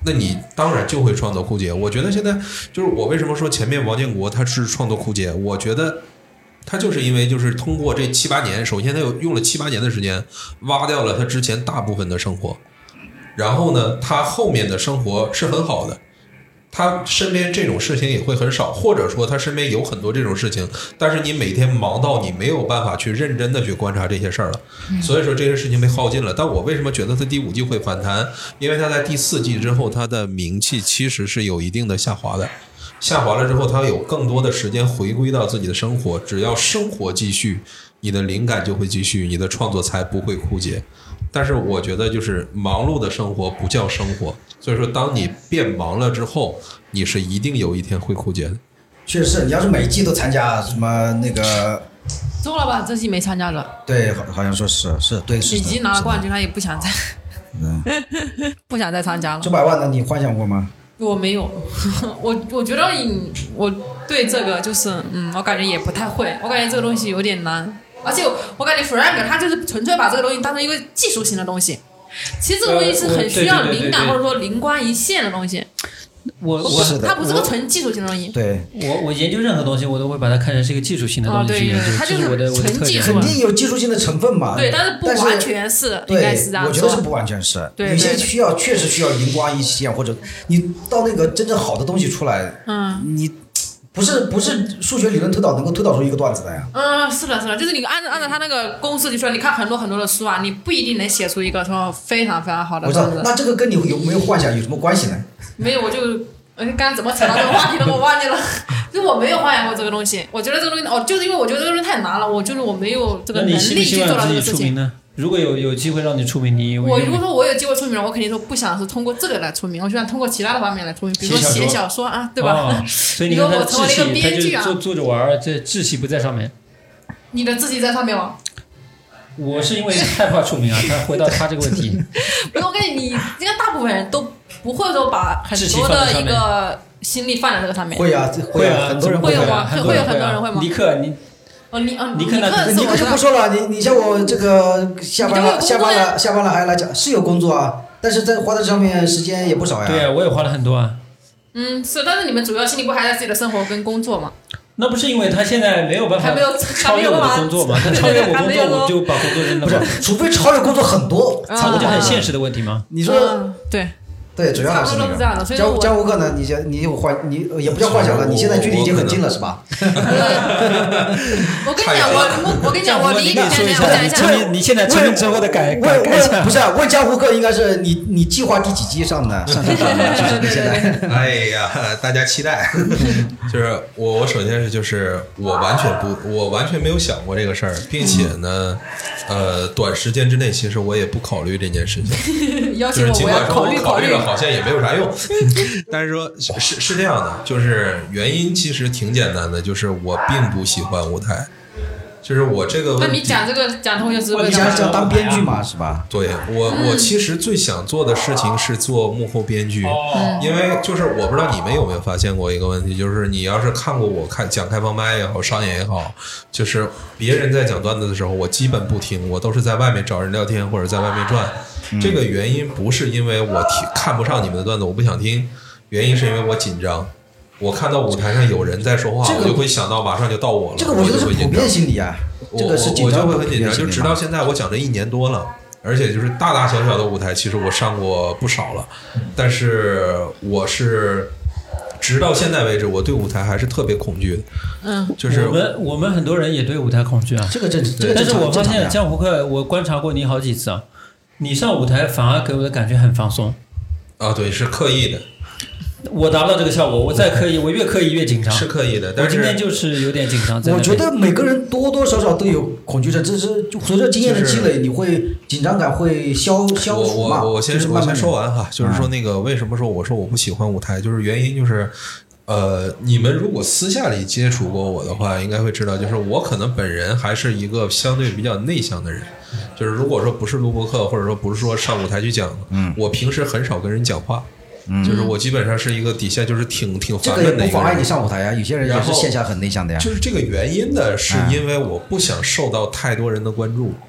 那你当然就会创作枯竭。我觉得现在就是我为什么说前面王建国他是创作枯竭，我觉得他就是因为就是通过这7、8年，首先他用了7、8年的时间挖掉了他之前大部分的生活，然后呢他后面的生活是很好的，他身边这种事情也会很少，或者说他身边有很多这种事情，但是你每天忙到你没有办法去认真的去观察这些事儿了，所以说这些事情被耗尽了。但我为什么觉得他第5季会反弹？因为他在第4季之后，他的名气其实是有一定的下滑的，下滑了之后，他有更多的时间回归到自己的生活。只要生活继续，你的灵感就会继续，你的创作才不会枯竭。但是我觉得就是忙碌的生活不叫生活，所以说当你变忙了之后，你是一定有一天会枯竭的。 确实是，你要是每一季都参加什么那个， 周老板这季没参加了， 对，好像说是对，是已经拿了冠军，他也不想再不想再参加了。 900万的你幻想过吗？ 我没有，我觉得我对这个就是我感觉也不太会，我感觉这个东西有点难。而且我感觉 Frank 他就是纯粹把这个东西当成一个技术型的东西，其实这个东西是很需要灵感或者说灵光一现的东西。它不是个纯技术性的东西。 对， 我研究任何东西，我都会把它看成是一个技术性的东西去研究， 它就是我的纯技术， 肯定有技术性的成分嘛。 对，但是不完全是，应该是这样说。 我觉得是不完全是，有些确实需要灵光一现，或者你到那个真正好的东西出来，你。不是数学理论推导能够推导出一个段子的呀。 是的，就是你按照他那个公式去说，你看很多的书啊，你不一定能写出一个说非常非常好的段子。 那这个跟你有没有幻想有什么关系呢？ 没有，我就刚刚怎么扯到这个话题了，我忘记了。就是我没有幻想过这个东西，我觉得这个东西就是因为我觉得这个东西太难了，我没有这个能力去做到这个事情呢。 如果有机会让你出名， 我如果说我有机会出名了，我肯定说不想是通过这个来出名，我想通过其他的方面来出名，比如说写小说啊，对吧？ 所以你说我成为了一个编剧啊，做着玩，这志气不在上面。 你的志气在上面吗？ 我是因为害怕出名啊。他回到他这个问题， 不是我跟你应该大部分人都不会说把很多的一个心力放在这个上面。 会啊，很多人会有吗？会有很多人会吗？ 尼克尼克就不说了，你像我这个下班了还来讲是有工作啊，但是在花在上面时间也不少呀。 对啊，我也花了很多啊。 是，但是你们主要心里不还在自己的生活跟工作吗？ 那不是因为他现在没有办法超越我的工作吗？他超越我工作，我就把工作扔了。 不是，除非超越工作很多， 这不就很现实的问题吗？ 你说对， 主要还是那个。江湖客呢？你也不叫幻想了，你现在距离已经很近了，是吧？ 我跟你讲，我理解。我讲一下，你现在成名之后的改不是问江湖客，应该是你计划第几季上的？现在。 哎呀，大家期待。就是我首先是就是我完全没有想过这个事儿，并且呢，短时间之内其实我也不考虑这件事情。 要求我要考虑了。 好像也没有啥用，但是说是这样的，就是原因其实挺简单的，就是我并不喜欢舞台，就是我这个问题。 那你讲这个讲同学是为什么？你想当编剧嘛，是吧？ 对，我其实最想做的事情是做幕后编剧，因为就是我不知道你们有没有发现过一个问题，就是你要是看过我讲开放麦也好，商演也好，就是别人在讲段子的时候，我基本不听，我都是在外面找人聊天或者在外面转。这个原因不是因为我看不上你们的段子，我不想听，原因是因为我紧张。我看到舞台上有人在说话，我就会想到马上就到我了。 这个我觉得是普遍心理啊，这个是紧张， 我就会很紧张。就直到现在，我讲这1年多了，而且就是大大小小的舞台，其实我上过不少了，但是我是。直到现在为止，我对舞台还是特别恐惧的。就是我们很多人也对舞台恐惧啊。 这个但是我发现江湖客，我观察过你好几次啊，你上舞台反而给我的感觉很放松。 啊，对，是刻意的。 我达不到这个效果，我再刻意，我越刻意越紧张。 是刻意的，但是我今天就是有点紧张。 我觉得每个人多多少少都有恐惧症，这是随着经验的积累，你会紧张感会消除嘛。 我先说完哈，就是说那个为什么说我不喜欢舞台，就是原因就是。你们如果私下里接触过我的话，应该会知道，就是我可能本人还是一个相对比较内向的人。就是如果说不是录播课，或者说不是说上舞台去讲，我平时很少跟人讲话。就是我基本上是一个底下就是挺烦闷的一个人。 这个也不妨碍你上舞台呀，有些人也是线下很内向的呀。 就是这个原因呢，是因为我不想受到太多人的关注。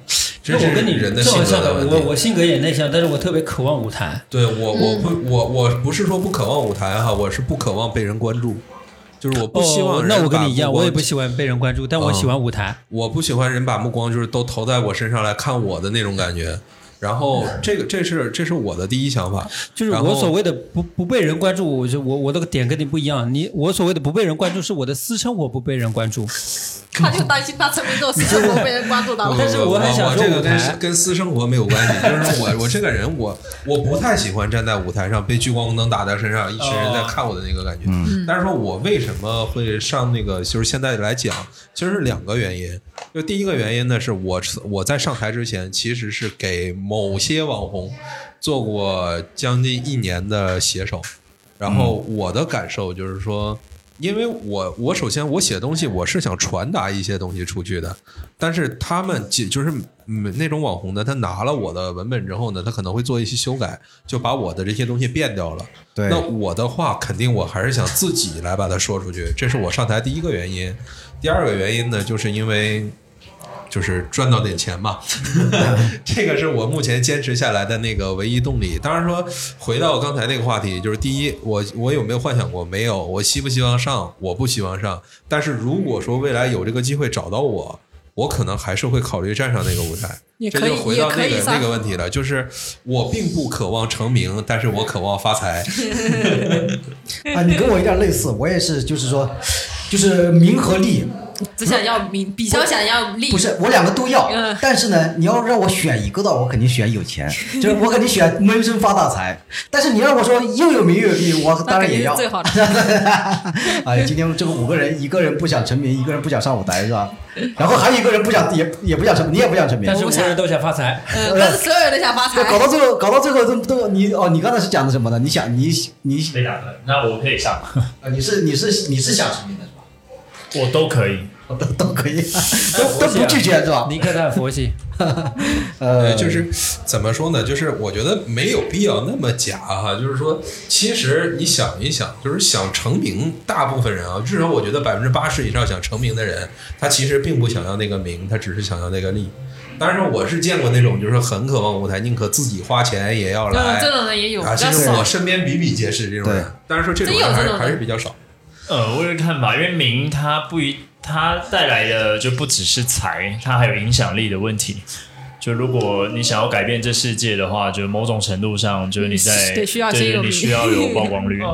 这是我跟你人的性格的问题。 我性格也内向，但是我特别渴望舞台。 对我不是说不渴望舞台哈，我是不渴望被人关注。就是我不希望人那我跟你一样，我也不喜欢被人关注，但我喜欢舞台。 我不喜欢人把目光就是都投在我身上来看我的那种感觉。然后这是我的第一想法， 就是我所谓的不被人关注，我这个点跟你不一样。我所谓的不被人关注，是我的私生活不被人关注。 他就担心他成名之后私生活被人关注到了。 但是我很享受舞台。 这个跟私生活没有关系，就是我这个人我不太喜欢站在舞台上被聚光灯打在身上，一群人在看我的那个感觉。但是说我为什么会上那个，就是现在来讲，其实是2个原因。就第一个原因呢，是我在上台之前，其实是给某些网红做过将近1年的写手，然后我的感受就是说，因为我首先我写东西我是想传达一些东西出去的，但是他们就是那种网红呢，他拿了我的文本之后呢，他可能会做一些修改，就把我的这些东西变掉了。对，那我的话肯定我还是想自己来把它说出去，这是我上台第一个原因。第二个原因呢，就是因为就是赚到点钱嘛这个是我目前坚持下来的那个唯一动力。当然说回到刚才那个话题，就是第一，我有没有幻想过？没有。我希不希望上？我不希望上。但是如果说未来有这个机会找到我可能还是会考虑站上那个舞台。这就回到那个问题了，就是我并不渴望成名，但是我渴望发财你跟我有点类似，我也是，就是说就是名和利， 只想要名，比较想要利。 不是，我2个都要，但是呢，你要让我选一个的话，我肯定选有钱，就是我肯定选闷声发大财。但是你让我说又有名又有利，我当然也要。 最好的。 哎，今天这个5个人，一个人不想成名，一个人不想上舞台，是吧？然后还有一个人不想，也不想成名，你也不想成名， 但是5个人都想发财。 但是所有人都想发财。 搞到最后都你刚才是讲的什么呢？你被打断，那我可以上。 你是想成名的是吧？ 我都可以。 都可以，都不拒绝是吧？ 尼克蛋佛系， 就是怎么说呢？就是我觉得没有必要那么假哈。就是说，其实你想一想，就是想成名，大部分人啊，至少我觉得80%以上想成名的人，他其实并不想要那个名，他只是想要那个利。当然，我是见过那种就是很渴望舞台，宁可自己花钱也要来。 这种人也有， 其实我身边比比皆是这种人。当然说这种人还是比较少。 我有看法，因为名它带来的就不只是财，它还有影响力的问题。就如果你想要改变这世界的话，就某种程度上，就是你在你需要有曝光率。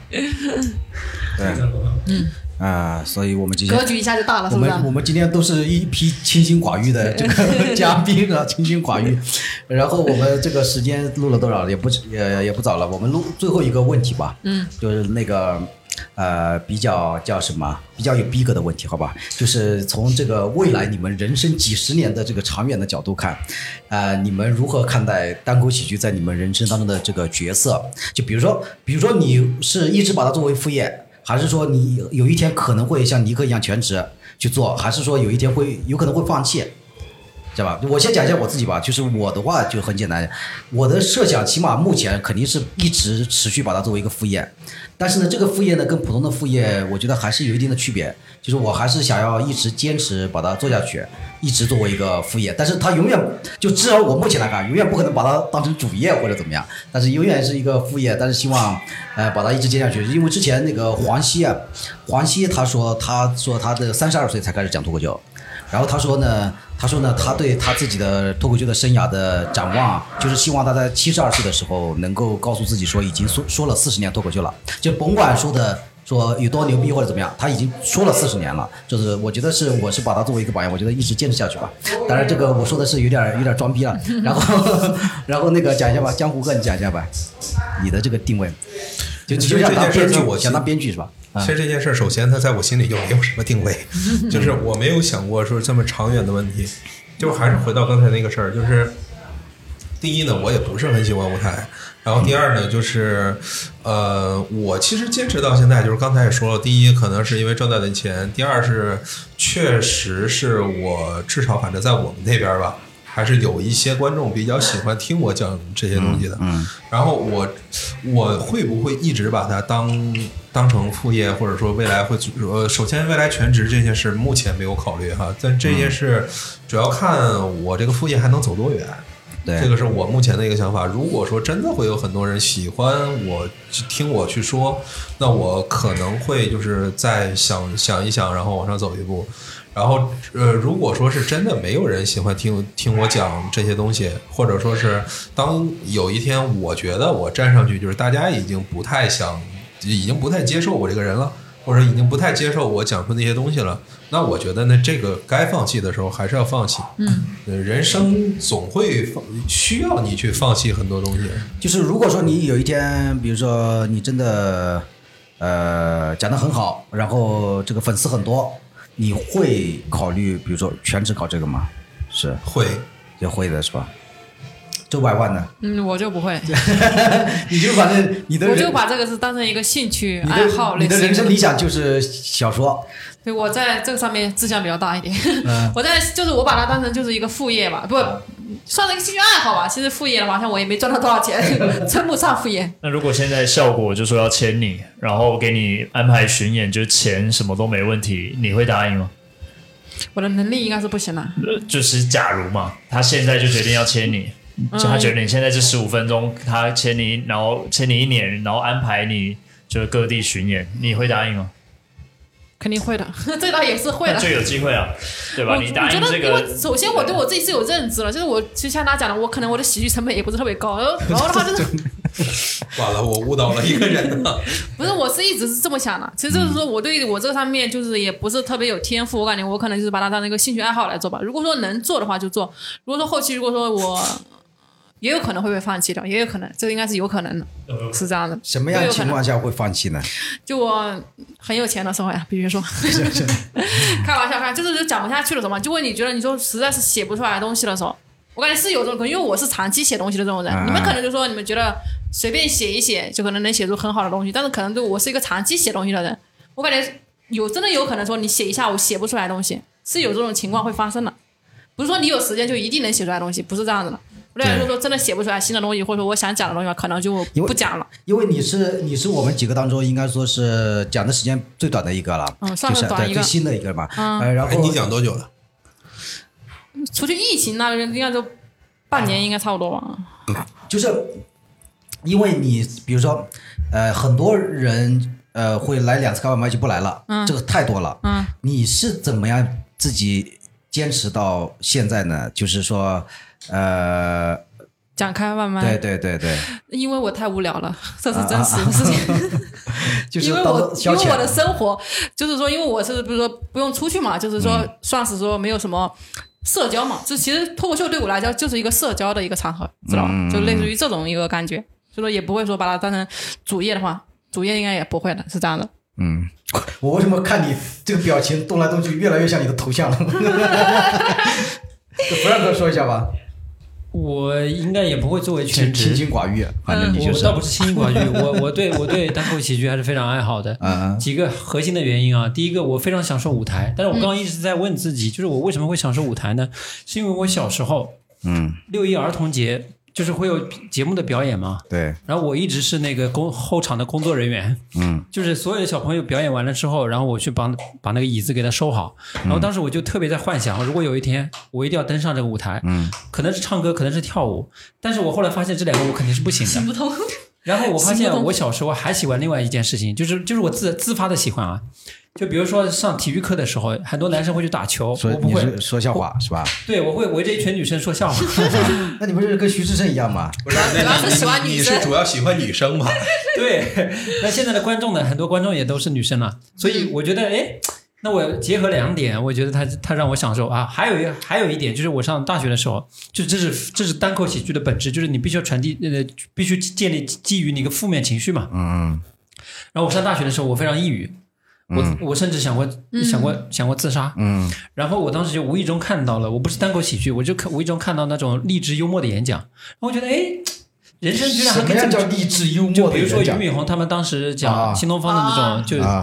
对，所以我们今天格局一下就大了，是不是？ 我们今天都是一批清心寡欲的这个嘉宾啊，清心寡欲。然后我们这个时间录了多少？也不早了，我们录最后一个问题吧。就是那个。比较叫什么？比较有逼格的问题，好吧？就是从这个未来你们人生几十年的这个长远的角度看，你们如何看待单口喜剧在你们人生当中的这个角色？就比如说你是一直把它作为副业，还是说你有一天可能会像尼克一样全职去做，还是说有一天有可能会放弃？知道吧？我先讲一下我自己吧，就是我的话就很简单，我的设想起码目前肯定是一直持续把它作为一个副业，但是呢，这个副业呢跟普通的副业，我觉得还是有一定的区别，就是我还是想要一直坚持把它做下去，一直作为一个副业，但是它永远就至少我目前来看，永远不可能把它当成主业或者怎么样，但是永远是一个副业，但是希望把它一直接下去，因为之前那个黄西他说他的32岁才开始讲脱口秀。然后他说呢，他对他自己的脱口秀的生涯的展望，就是希望他在72岁的时候能够告诉自己说，已经说了40年脱口秀了，就甭管说有多牛逼或者怎么样，他已经说了40年了。就是我觉得我是把他作为一个榜样，我觉得一直坚持下去吧。当然这个我说的是有点装逼了。然后那个讲一下吧，江湖哥你讲一下吧，你的这个定位。就想当编剧，想当编剧是吧？ 其实这件事首先它在我心里就没有什么定位，就是我没有想过说这么长远的问题。就还是回到刚才那个事儿，就是第一呢，我也不是很喜欢舞台，然后第二呢，就是我其实坚持到现在，就是刚才也说了，第一可能是因为挣到点钱，第二是确实是我至少反正在我们那边吧， 还是有一些观众比较喜欢听我讲这些东西的。然后我会不会一直把它当成副业，或者说未来会首先未来全职这件事目前没有考虑哈，但这件事主要看我这个副业还能走多远。 对， 这个是我目前的一个想法。如果说真的会有很多人喜欢我听我去说，那我可能会就是再想一想，然后往上走一步。然后如果说是真的没有人喜欢听我讲这些东西，或者说是当有一天我觉得我站上去，就是大家已经不太接受我这个人了，或者已经不太接受我讲出那些东西了，那我觉得呢，这个该放弃的时候还是要放弃。人生总会需要你去放弃很多东西。 就是如果说你有一天，比如说你真的讲得很好，然后这个粉丝很多，你会考虑比如说全职搞这个吗？是会， 也会的是吧？周百万呢？ 我就不会。 你就把我就把这个是当成一个兴趣爱好类似。 你的人生理想就是小说。 对，我在这个上面志向比较大一点。我把它当成就是一个副业吧，不算是一个兴趣爱好吧。其实副业的话，像我也没赚到多少钱，称不上副业。 那如果现在效果就说要签你，然后给你安排巡演，就是钱什么都没问题，你会答应吗？ 我的能力应该是不行了。 就是假如嘛，他现在就决定要签你。他觉得你现在这15分钟，他签你，然后签你1年，然后安排你就是各地巡演，你会答应吗？ 肯定会的，这倒也是会的， 就有机会啊，对吧？你答应这个， 因为首先我对我自己是有认知了，就是我就像他讲的，我可能我的喜剧成本也不是特别高，然后的话就是完了，我误导了一个人了。 不是，我是一直是这么想的，其实就是说我对我这个上面就是也不是特别有天赋，我感觉我可能就是把它当成一个兴趣爱好来做吧。如果说能做的话就做，如果说后期如果说我也有可能会被放弃掉，也有可能，这应该是有可能的，是这样的。 什么样情况下会放弃呢？ 就我很有钱的时候呀，比如说，开玩笑看，就是讲不下去的时候嘛。就会你觉得你说实在是写不出来的东西的时候，我感觉是有这种可能，因为我是长期写东西的这种人。你们可能就说你们觉得随便写一写就可能能写出很好的东西，但是可能对我是一个长期写东西的人，我感觉真的有可能说你写一下午写不出来的东西，是有这种情况会发生的。不是说你有时间就一定能写出来的东西，不是这样子的。对，如果说真的写不出来新的东西，或者说我想讲的东西，可能就不讲了。因为你是我们几个当中应该说是讲的时间最短的一个了， 算是短一个， 最新的一个嘛。然后你讲多久了？ 除去疫情那应该就半年，应该差不多吧。 就是因为你比如说很多人会来2次开完麦就不来了，这个太多了。你是怎么样自己坚持到现在呢？就是说讲开外卖， 对， 因为我太无聊了，这是真实的事情。 就是因为我的生活就是说，因为我是比如说不用出去嘛，就是说算是说没有什么社交嘛，这其实脱口秀对我来讲就是一个社交的一个场合，知道吧？就类似于这种一个感觉，所以说也不会说把它当成主业的话，主业应该也不会的，是这样的。 我为什么看你这个表情动来动去，越来越像你的头像了？不让哥说一下吧。 我应该也不会作为全职， 清心寡欲，反正你就是。 我倒不是清心寡欲，我对单口喜剧还是非常爱好的。几个核心的原因啊，第一个我非常享受舞台，但是我刚刚一直在问自己，就是我为什么会享受舞台呢？是因为我小时候，6·1儿童节就是会有节目的表演嘛， 对。 然后我一直是那个后场的工作人员，就是所有的小朋友表演完了之后，然后我去把那个椅子给他收好，然后当时我就特别在幻想，如果有一天我一定要登上这个舞台，可能是唱歌，可能是跳舞，但是我后来发现这两个我肯定是不行的， 行不通。 然后我发现我小时候还喜欢另外一件事情，就是我自发的喜欢啊。就比如说上体育课的时候，很多男生会去打球，我不会。 你是说笑话是吧？ 对，我会围着一群女生说笑话。 那你不是跟徐志胜一样吗？ 不是，主要是喜欢女生。你是主要喜欢女生吗？ 对，那现在的观众呢，很多观众也都是女生了，所以我觉得，那我结合2点，我觉得他让我享受啊。还有一点就是我上大学的时候，就这是单口喜剧的本质，就是你必须要传递必须建立基于你一个负面情绪嘛。然后我上大学的时候，我非常抑郁。我甚至想过自杀，然后我当时就无意中看到了，我不是单口喜剧，我就无意中看到那种励志幽默的演讲，然后我觉得人生居然还可以什么样叫励志幽默的演讲？ 就比如说俞敏洪他们当时讲新东方的那种，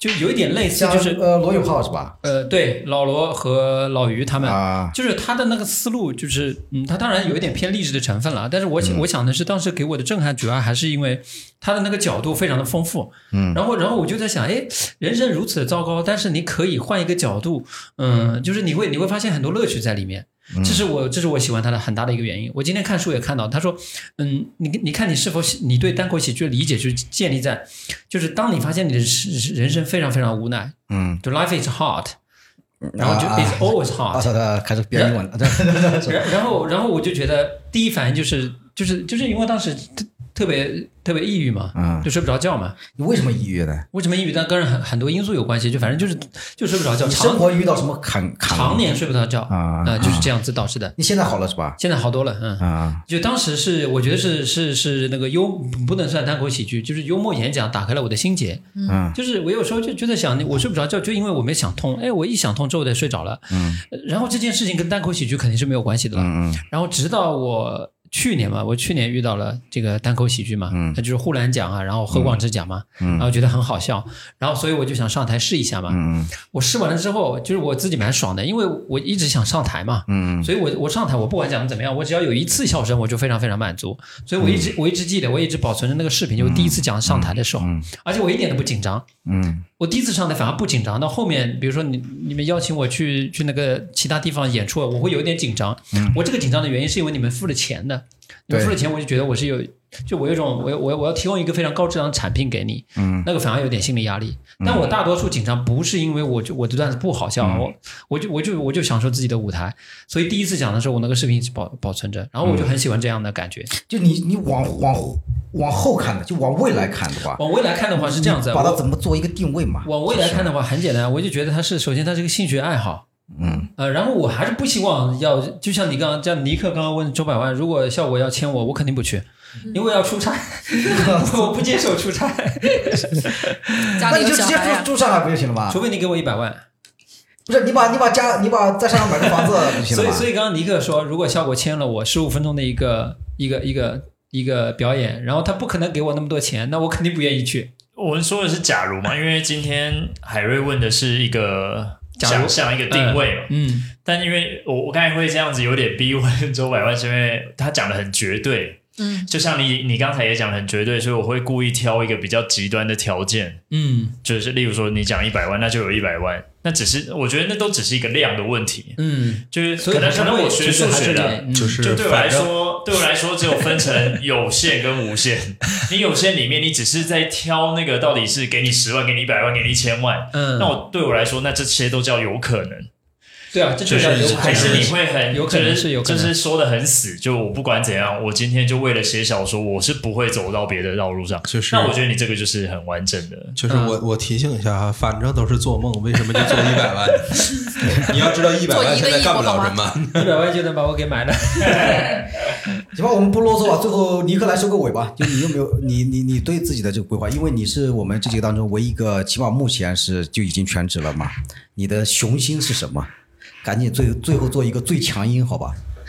就有一点类似，就是罗永浩是吧？ 对，老罗和老于他们， 就是他的那个思路，就是他当然有一点偏励志的成分了，但是我想的是，当时给我的震撼主要还是因为他的那个角度非常的丰富，然后我就在想，哎，人生如此的糟糕，但是你可以换一个角度，就是你会发现很多乐趣在里面。这是我喜欢他的很大的一个原因。我今天看书也看到，他说，你看你是否你对单口喜剧的理解就是建立在，就是当你发现你的人生非常非常无奈，就 life is hard， 然后就 it's always hard， 他开始编英文， 然后我就觉得第一反应就是因为当时特别抑郁嘛，就睡不着觉嘛。 你为什么抑郁呢？ 为什么抑郁？但跟很多因素有关系，就反正就睡不着觉。 你生活遇到什么常年睡不着觉就是这样子导致的。 你现在好了是吧？ 现在好多了，就当时我觉得是那个不能算单口喜剧，就是幽默演讲打开了我的心结。就是我有时候就在想，我睡不着觉，就因为我没想通。哎，我一想通之后，再睡着了。然后这件事情跟单口喜剧肯定是没有关系的了。然后直到我去年遇到了这个单口喜剧嘛，那就是呼兰奖啊，然后何广智奖嘛，然后觉得很好笑，然后所以我就想上台试一下嘛。我试完了之后，就是我自己蛮爽的，因为我一直想上台嘛，所以我上台我不管讲的怎么样，我只要有一次笑声，我就非常非常满足。所以我一直记得，我一直保存着那个视频，就第一次讲上台的时候，而且我一点都不紧张。我第一次上台反而不紧张，到后面比如说你们邀请我去那个其他地方演出，我会有一点紧张。我这个紧张的原因是因为你们付了钱的，你们付了钱，我就觉得我有一种我要提供一个非常高质量的产品给你，那个反而有点心理压力。但我大多数紧张不是因为我的段子不好笑，我就享受自己的舞台，所以第一次讲的时候，我那个视频一直保存着，然后我就很喜欢这样的感觉。 就你往后看的，就往未来看的话， 往未来看的话是这样子， 把它怎么做一个定位嘛？ 往未来看的话很简单，我就觉得首先它是一个兴趣爱好。然后我还是不希望就像你像尼克刚刚问周百万，如果效果要签我肯定不去，因为要出差，我不接受出差。 那你就直接住上海不就行了吗？ 除非你给我100万。 不是你把在上海买个房子不行了吗？ 所以刚刚尼克说，如果效果签了我15分钟的一个表演，然后他不可能给我那么多钱，那我肯定不愿意去。 我们说的是假如嘛，因为今天海瑞问的是一个想象一个定位嘛，但因为我刚才会这样子有点逼问周百万，是因为他讲的很绝对，就像你刚才也讲的很绝对，所以我会故意挑一个比较极端的条件，就是例如说你讲100万，那就有100万，那只是我觉得那都只是一个量的问题，就是可能我学数学的，就对我来说只有分成有限跟无限，你有限里面你只是在挑那个到底是给你10万，给你100万，给你1000万，那对我来说，那这些都叫有可能。 对啊，这就是还是你会很有可能是有可能， 就是说的很死，就我不管怎样，我今天就为了写小说，我是不会走到别的道路上。那我觉得你这个就是很完整的。 就是我提醒一下哈，反正都是做梦，为什么就做100万？你要知道100万现在干不了什么 ，100万就能把我给买了。 行吧，我们不啰嗦了，最后尼克来收个尾吧。就你有没有你对自己的这个规划？因为你是我们这几个当中唯一一个，起码目前是就已经全职了嘛。你的雄心是什么？赶紧最后做一个最强音，好吧？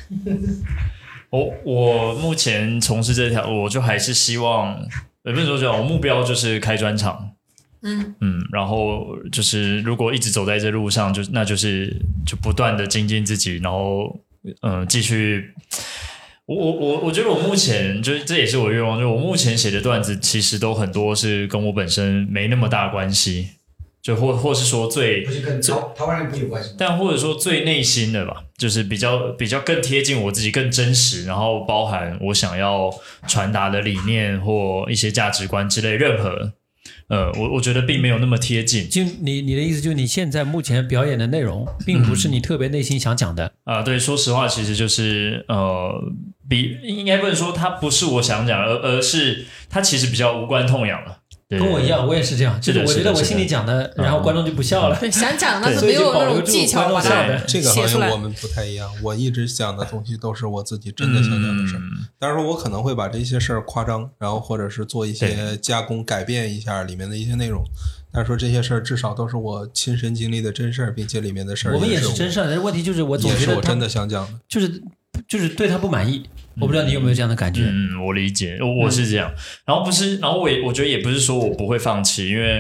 我目前从事这条，我就还是希望，不是说这样，我目标就是开专场。然后就是如果一直走在这路上，那就是不断的精进自己，然后继续。我觉得我目前就是这也是我的愿望，就我目前写的段子其实都很多是跟我本身没那么大关系。就或是说不是跟台湾人不有关系，但或者说最内心的吧，就是比较更贴近我自己，更真实，然后包含我想要传达的理念或一些价值观之类，任何我觉得并没有那么贴近。 就你的意思就是你现在目前表演的内容，并不是你特别内心想讲的对，说实话，其实就是应该不能说它不是我想讲的，而是它其实比较无关痛痒了。 跟我一样，我也是这样，就是我觉得我心里讲的，然后观众就不笑了。 对，想讲的但是没有那种技巧把它这个好像我们不太一样。我一直讲的东西都是我自己真的想讲的事儿，当然我可能会把这些事儿夸张，然后或者是做一些加工改变一下里面的一些内容。但是说这些事儿至少都是我亲身经历的真事儿，并且里面的事儿我们也是真事儿。但是问题就是我总觉得我真的想讲的， 就是对他不满意。我不知道你有没有这样的感觉？ 我理解，我是这样。然后我觉得也不是说我不会放弃，因为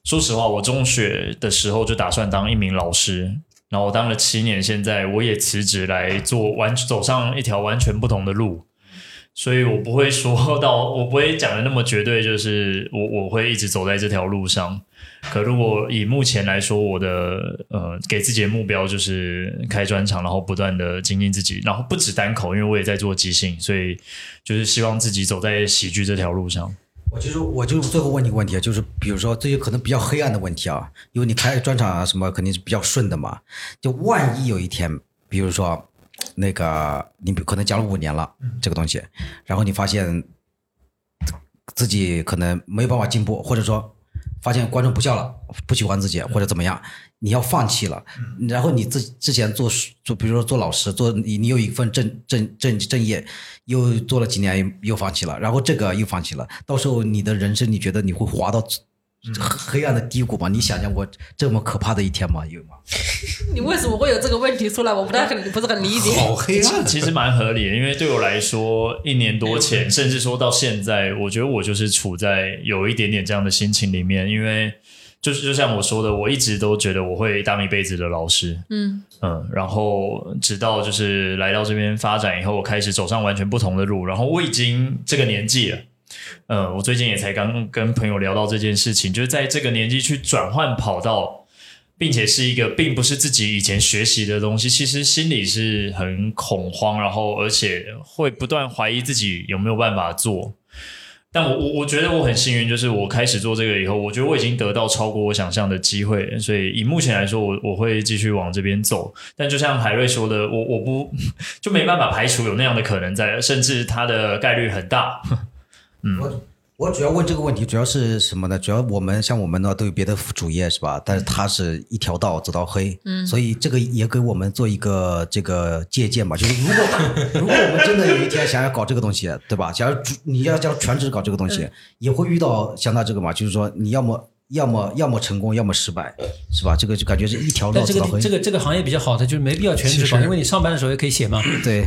说实话，我中学的时候就打算当一名老师，然后我当了7年，现在我也辞职来走上一条完全不同的路，所以我不会我不会讲的那么绝对，就是我会一直走在这条路上。可如果以目前来说，我的给自己的目标就是开专场，然后不断的精进自己，然后不止单口，因为我也在做即兴，所以就是希望自己走在喜剧这条路上。 我就最后问你个问题，就是比如说这些可能比较黑暗的问题啊，因为你开专场啊什么肯定是比较顺的嘛，就万一有一天，比如说那个你可能讲了5年了这个东西，然后你发现自己可能没有办法进步，或者说发现观众不笑了，不喜欢自己或者怎么样，你要放弃了，然后你之前做比如说做老师，你有一份正业，又做了几年又放弃了，然后这个又放弃了，到时候你的人生你觉得你会滑到黑暗的低谷吗？你想象过这么可怕的一天吗？有吗？ 你为什么会有这个问题出来？我不是很理解。 好黑暗， 其实蛮合理的，因为对我来说，1年多前，甚至说到现在，我觉得我就是处在有一点点这样的心情里面，因为就像我说的，我一直都觉得我会当一辈子的老师，然后直到就是来到这边发展以后，我开始走上完全不同的路，然后我已经这个年纪了。我最近也才刚跟朋友聊到这件事情，就是在这个年纪去转换跑道，并且是一个并不是自己以前学习的东西，其实心里是很恐慌，然后而且会不断怀疑自己有没有办法做。但我觉得我很幸运，就是我开始做这个以后，我觉得我已经得到超过我想象的机会，所以以目前来说，我会继续往这边走。但就像海瑞说的，我不就没办法排除有那样的可能在，甚至它的概率很大。 我主要问这个问题，主要是什么呢？主要我们呢都有别的主业是吧？但是他是一条道走到黑，所以这个也给我们做一个这个借鉴嘛。就是如果我们真的有一天想要搞这个东西，对吧？你要全职搞这个东西，也会遇到像他这个嘛，就是说你要么成功，要么失败，是吧？这个就感觉是一条道走到黑。 这个行业比较好的就是没必要全职搞，因为你上班的时候也可以写嘛。 对。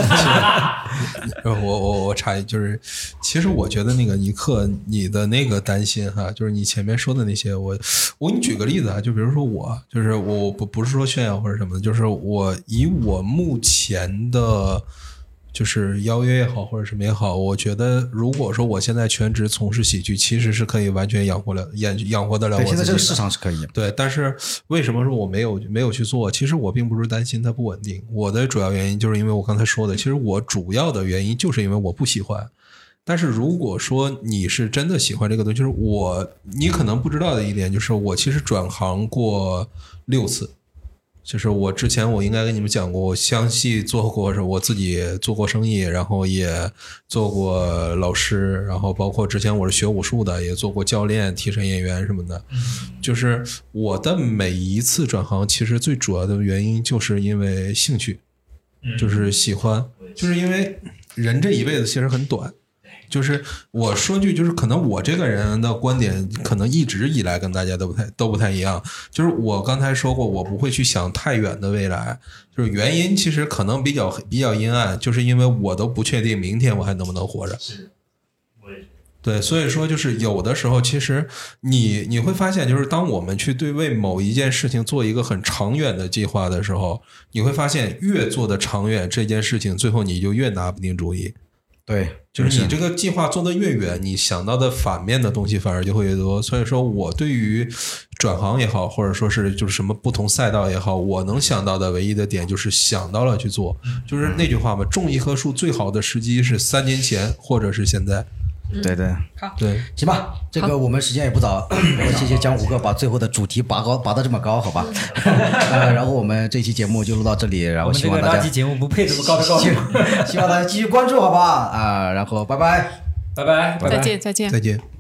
我插一句，就是其实我觉得那个尼克你的那个担心哈，就是你前面说的那些，我给你举个例子啊，就比如说我不是说炫耀或者什么的，就是以我目前的就是邀约也好或者什么也好，我觉得如果说我现在全职从事喜剧，其实是可以完全养活得了我自己的。 对，现在这个市场是可以。 对，但是为什么说我没有去做？其实我并不是担心它不稳定，我的主要原因就是因为我刚才说的，其实我主要的原因就是因为我不喜欢。但是如果说你是真的喜欢这个东西，就是你可能不知道的一点就是我其实转行过6次。就是我之前我应该跟你们讲过，我相继做过，是我自己做过生意，然后也做过老师，然后包括之前我是学武术的，也做过教练、替身演员什么的。就是我的每一次转行，其实最主要的原因就是因为兴趣，就是喜欢，就是因为人这一辈子其实很短。就是我说句，就是可能我这个人的观点可能一直以来跟大家都不太一样。就是我刚才说过，我不会去想太远的未来。就是原因其实可能比较阴暗，就是因为我都不确定明天我还能不能活着。是，我也对，所以说就是有的时候，其实你会发现，就是当我们去为某一件事情做一个很长远的计划的时候，你会发现越做的长远，这件事情最后你就越拿不定主意。 对， 就是你这个计划做得越远，你想到的反面的东西反而就会越多。所以说我对于转行也好，或者说是就是什么不同赛道也好，我能想到的唯一的点就是想到了去做。就是那句话嘛，种一棵树最好的时机是3年前或者是现在。 对对， 好， 对，行吧，这个我们时间也不早，我谢谢江湖哥把最后的主题拔到这么高，好吧？然后我们这期节目就录到这里，然后希望大家我们这个垃圾节目不配这么高的高度， 希望大家继续关注，好吧？然后拜拜， 拜拜， 再见。 再见。